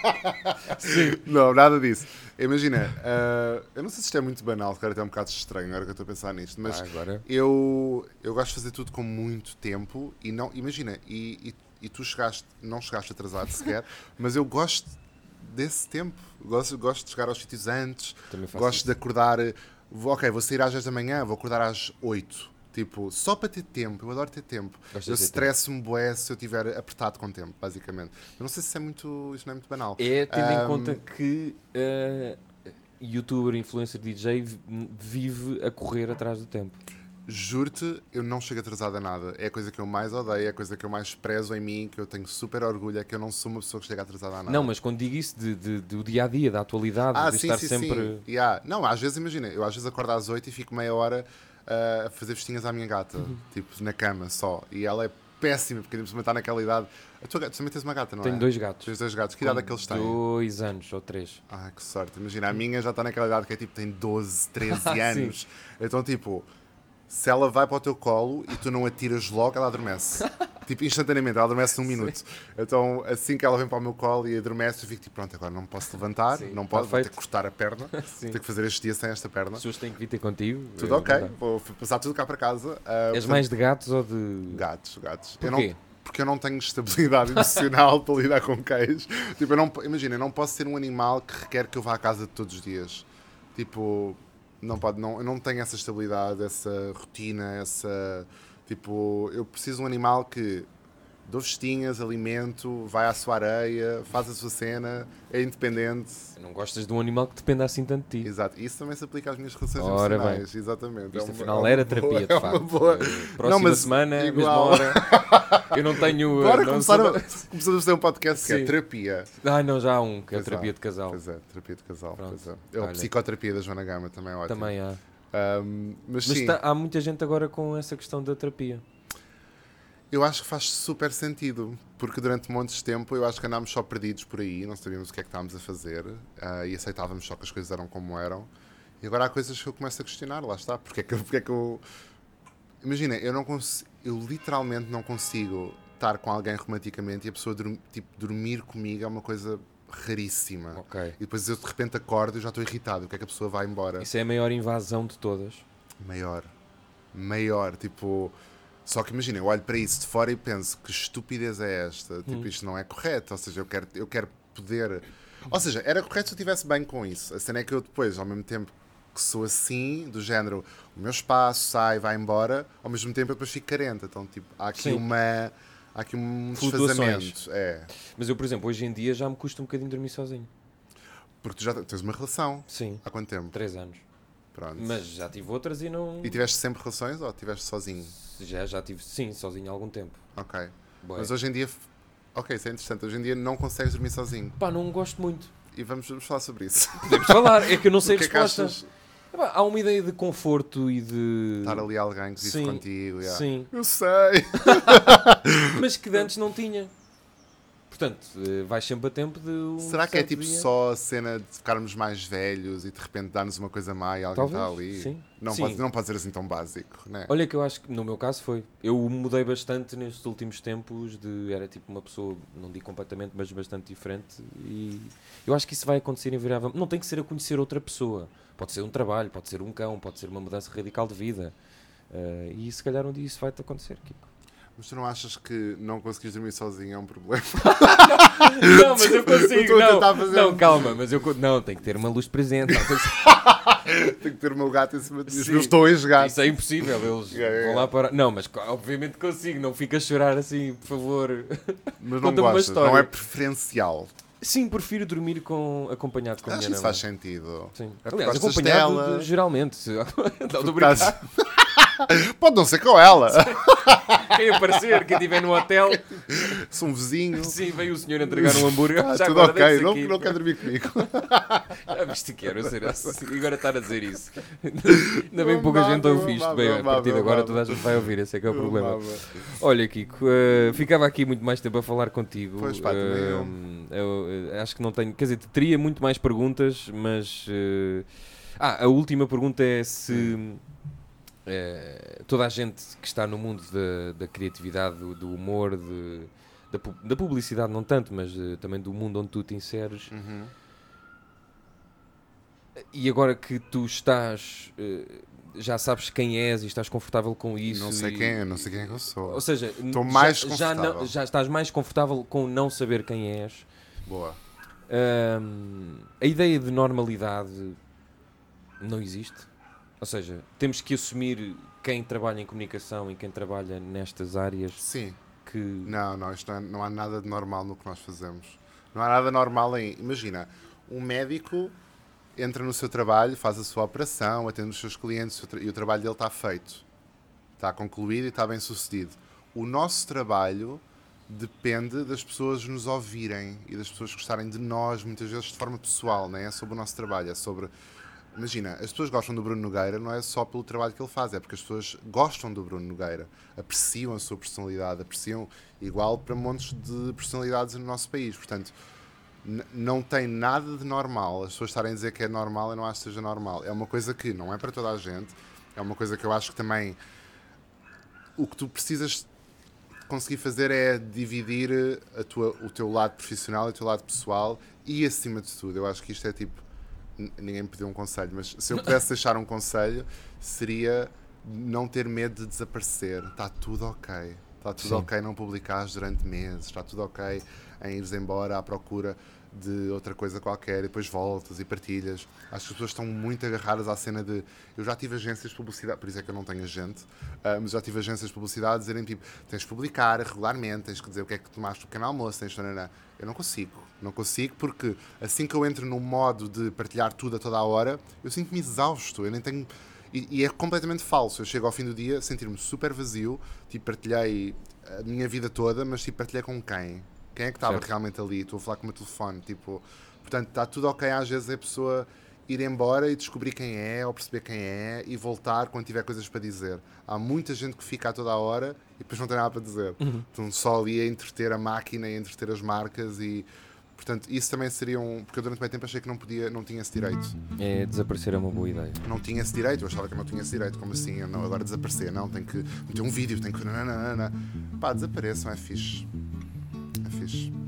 Não, nada disso. Imagina, ah, eu não sei se isto é muito banal, cara, até é um bocado estranho agora que eu estou a pensar nisto, mas Ah, agora. eu, eu gosto de fazer tudo com muito tempo e não. Imagina, e, e, e tu chegaste, não chegaste atrasado sequer, mas eu gosto desse tempo. Gosto, gosto de chegar aos sítios antes, Também faço gosto isso. de acordar. Vou, ok, vou sair às dez da manhã, vou acordar às oito. Tipo, só para ter tempo, eu adoro ter tempo. Gosto de Eu ter stresso-me bué se eu estiver apertado com tempo, basicamente. Eu não sei se isso é muito, isso não é muito banal. É tendo em Ahm, conta que eh, youtuber, influencer, D J vi- vive a correr atrás do tempo. Juro-te, eu não chego atrasado a nada. É a coisa que eu mais odeio, é a coisa que eu mais prezo em mim, que eu tenho super orgulho, é que eu não sou uma pessoa que chega atrasada a nada. Não, mas quando digo isso de, de- do dia a dia, da atualidade, Ah, de sim, estar sim, sempre. sim. Yeah. Não, às vezes, imagina, eu às vezes acordo às oito e fico meia hora ah, a fazer festinhas à minha gata, Uhum. tipo, na cama só. E ela é péssima, porque ainda está naquela idade. A tua gata, tu também tens uma gata, não Tenho é? dois gatos. Tens dois gatos. Que idade é Com que eles têm? Dois anos ou três. Ah, que sorte. Imagina, a minha já está naquela idade que é tipo, tem doze, treze Sim. anos. Então, tipo, se ela vai para o teu colo e tu não a tiras logo, ela adormece. Tipo, instantaneamente, ela adormece num minuto. Então, assim que ela vem para o meu colo e adormece, eu fico tipo, pronto, agora não me posso levantar, Sim, não está posso, vou ter feito. que cortar a perna, Sim. vou ter que fazer este dia sem esta perna. As pessoas têm que vir ter contigo. Tudo eh, ok, não dá. vou passar tudo cá para casa. Ah, És portanto, mais de gatos ou de. gatos, gatos. Eu Porquê? não, porque eu não tenho estabilidade emocional para lidar com cães. Tipo, eu não, imagina, eu não posso ser um animal que requer que eu vá à casa todos os dias. Tipo, não pode, não, eu não tenho essa estabilidade, essa rotina, essa. Tipo, eu preciso de um animal que dou festinhas, alimento, vai à sua areia, faz a sua cena, é independente. Não gostas de um animal que dependa assim tanto de ti. Exato, isso também se aplica às minhas relações Ora bem. emocionais, exatamente. Isto uma- afinal uma era boa- terapia, de é facto. uma boa. Eh, Próxima Não, mas semana, igual. mesma hora. Eu não tenho. eh, Bora não começar sou- a, começamos a fazer um podcast que é Sim. terapia. Ai, não, já há um, que é a Pois terapia há. de casal. Pois é, terapia de casal. Pronto. Pois é. É a Olha. psicoterapia da Joana Gama também é ótimo. Também há. Ahm, mas Mas sim, tá- há muita gente agora com essa questão da terapia. eu acho que faz super sentido, porque durante montes de tempo eu acho que andámos só perdidos por aí, não sabíamos o que é que estávamos a fazer ah, e aceitávamos só que as coisas eram como eram. E agora há coisas que eu começo a questionar, lá está, porque é que, eu- porque é que eu... Imagina, eu não consigo, eu literalmente não consigo estar com alguém romanticamente e a pessoa dorm- tipo, dormir comigo é uma coisa raríssima. Ok. E depois eu de repente acordo e já estou irritado, o que é que a pessoa vai embora? Isso é a maior invasão de todas. Maior, maior, tipo... Só que imagina, eu olho para isso de fora e penso, que estupidez é esta? Hum. Tipo, isto não é correto, ou seja, eu quero, eu quero poder... Ou seja, era correto se eu estivesse bem com isso. A cena é que eu depois, ao mesmo tempo que sou assim, do género, o meu espaço sai, vai embora, ao mesmo tempo eu depois fico carente. Então, tipo, há aqui Sim. uma... Há aqui um Flutuações. desfazamento. É, Mas eu, por exemplo, hoje em dia já me custa um bocadinho dormir sozinho. porque tu já tens uma relação. Sim, Há quanto tempo? três anos. Pronto. Mas já tive outras e não. E tiveste sempre relações ou tiveste sozinho? Já, já tive, sim, sozinho há algum tempo. Ok. Bué. Mas hoje em dia... Ok, isso é interessante. Hoje em dia não consegues dormir sozinho. Pá, não gosto muito. E vamos, vamos falar sobre isso. Podemos falar, é que eu não sei O a que é que resposta. achas? Epá, há uma ideia de conforto e de. Estar ali alguém que vive Sim, contigo. yeah. Sim, Eu sei. mas que de antes não tinha. Portanto, eh, vais sempre a tempo de. Um Será que é certo tipo dia. só a cena de ficarmos mais velhos e de repente dar-nos uma coisa má e alguém Talvez, está ali? sim. Não, Sim. Pode, não pode ser assim tão básico, né? Olha que eu acho que no meu caso foi. Eu mudei bastante nestes últimos tempos de era tipo uma pessoa, não digo completamente, mas bastante diferente e eu acho que isso vai acontecer invariavelmente. Não tem que ser a conhecer outra pessoa. Pode ser um trabalho, pode ser um cão, pode ser uma mudança radical de vida. Eh, e se calhar um dia isso vai-te acontecer, Kiko. Mas tu não achas que não conseguires dormir sozinho é um problema? Não, mas eu consigo. Eu estou a Não, tentar fazer não um- calma, mas eu co- não, tem que ter uma luz presente. Não, tem que- Tenho que ter o meu gato em cima de mim. Os Sim. meus dois gatos. Isso é impossível, eles É, é, vão é. lá para. Não, mas obviamente consigo, não fica a chorar assim, por favor. Mas não Conta-me uma gostas, história. não é preferencial. Sim, prefiro dormir com, acompanhado com a Acho minha que isso faz namorada. sentido. Sim. É porque Aliás, gostas acompanhado dela. de- geralmente. se- Não, estou a Tu brincar. estás- Pode não ser com ela. Quem aparecer, quem estiver no hotel, Sou um vizinho. sim, veio o senhor entregar um hambúrguer. Ah, Já tudo agora ok, deve-se não, aqui. não quer dormir comigo. Já viste que era ser assim. Agora estar a dizer isso. Ainda bem Não pouca dá, gente não ouve isto. dá, Bem, não a dá, partir de não agora dá. toda a gente vai ouvir, esse é que é o problema. Não, Olha, Kiko, eh, ficava aqui muito mais tempo a falar contigo. Pois pá, também eu. Eh, eu, eh, acho que não tenho. Quer dizer, teria muito mais perguntas, mas. eh, Ah, a última pergunta é se. eh, toda a gente que está no mundo da, da criatividade, do, do humor, de, da, pu- da publicidade, não tanto, mas eh, também do mundo onde tu te inseres. Uhum. E agora que tu estás, eh, já sabes quem és e estás confortável com isso. Não sei e- quem é, não sei quem é que eu sou. Ou seja, Estou já- mais já, não- confortável. já estás mais confortável com não saber quem és. Boa. Ahm, a ideia de normalidade não existe. Ou seja, temos que assumir quem trabalha em comunicação e quem trabalha nestas áreas Sim. que. Não, não, isto não, é- não há nada de normal no que nós fazemos. Não há nada normal em. Imagina, um médico entra no seu trabalho, faz a sua operação, atende os seus clientes o tra- e o trabalho dele está feito. Está concluído e está bem sucedido. O nosso trabalho depende das pessoas nos ouvirem e das pessoas gostarem de nós, muitas vezes de forma pessoal, não é? É sobre o nosso trabalho, é sobre. Imagina, as pessoas gostam do Bruno Nogueira não é só pelo trabalho que ele faz, é porque as pessoas gostam do Bruno Nogueira, apreciam a sua personalidade, apreciam igual para montes de personalidades no nosso país. Portanto, n- não tem nada de normal. As pessoas estarem a dizer que é normal, eu não acho que seja normal. É uma coisa que não é para toda a gente, é uma coisa que eu acho que também o que tu precisas conseguir fazer é dividir a tua, o teu lado profissional e o teu lado pessoal e, acima de tudo, eu acho que isto é tipo. N- Ninguém me pediu um conselho, mas se eu pudesse deixar um conselho, seria não ter medo de desaparecer. Está tudo ok. Está tudo Sim. ok não publicares durante meses. Está tudo ok em ires embora à procura de outra coisa qualquer e depois voltas e partilhas. Acho que as pessoas estão muito agarradas à cena de... Eu já tive agências de publicidade, por isso é que eu não tenho agente, ah, mas já tive agências de publicidade a dizerem tipo, tens de publicar regularmente, tens que dizer o que é que tomaste do pequeno almoço, tens de... Eu não consigo. Não consigo porque assim que eu entro no modo de partilhar tudo a toda a hora, eu sinto-me exausto. Eu nem tenho... E, e é completamente falso. Eu chego ao fim do dia a sentir-me super vazio. Tipo, partilhei a minha vida toda, mas tipo, partilhei com quem? Quem é que estava Certo. realmente ali? Estou a falar com o meu telefone. Tipo, portanto, está tudo ok. Às vezes é a pessoa ir embora e descobrir quem é, ou perceber quem é, e voltar quando tiver coisas para dizer. Há muita gente que fica a toda a hora e depois não tem nada para dizer. Uhum. Estão só ali a entreter a máquina e a entreter as marcas e... Portanto, isso também seria um... Porque eu durante muito tempo achei que não podia, não tinha esse direito. É, desaparecer é uma boa ideia. Não tinha esse direito, eu achava que eu não tinha esse direito. Como assim? Eu não, agora desaparecer? Não, tem que meter um vídeo, tem que... Nananana. Pá, desapareçam, é fixe. É fixe.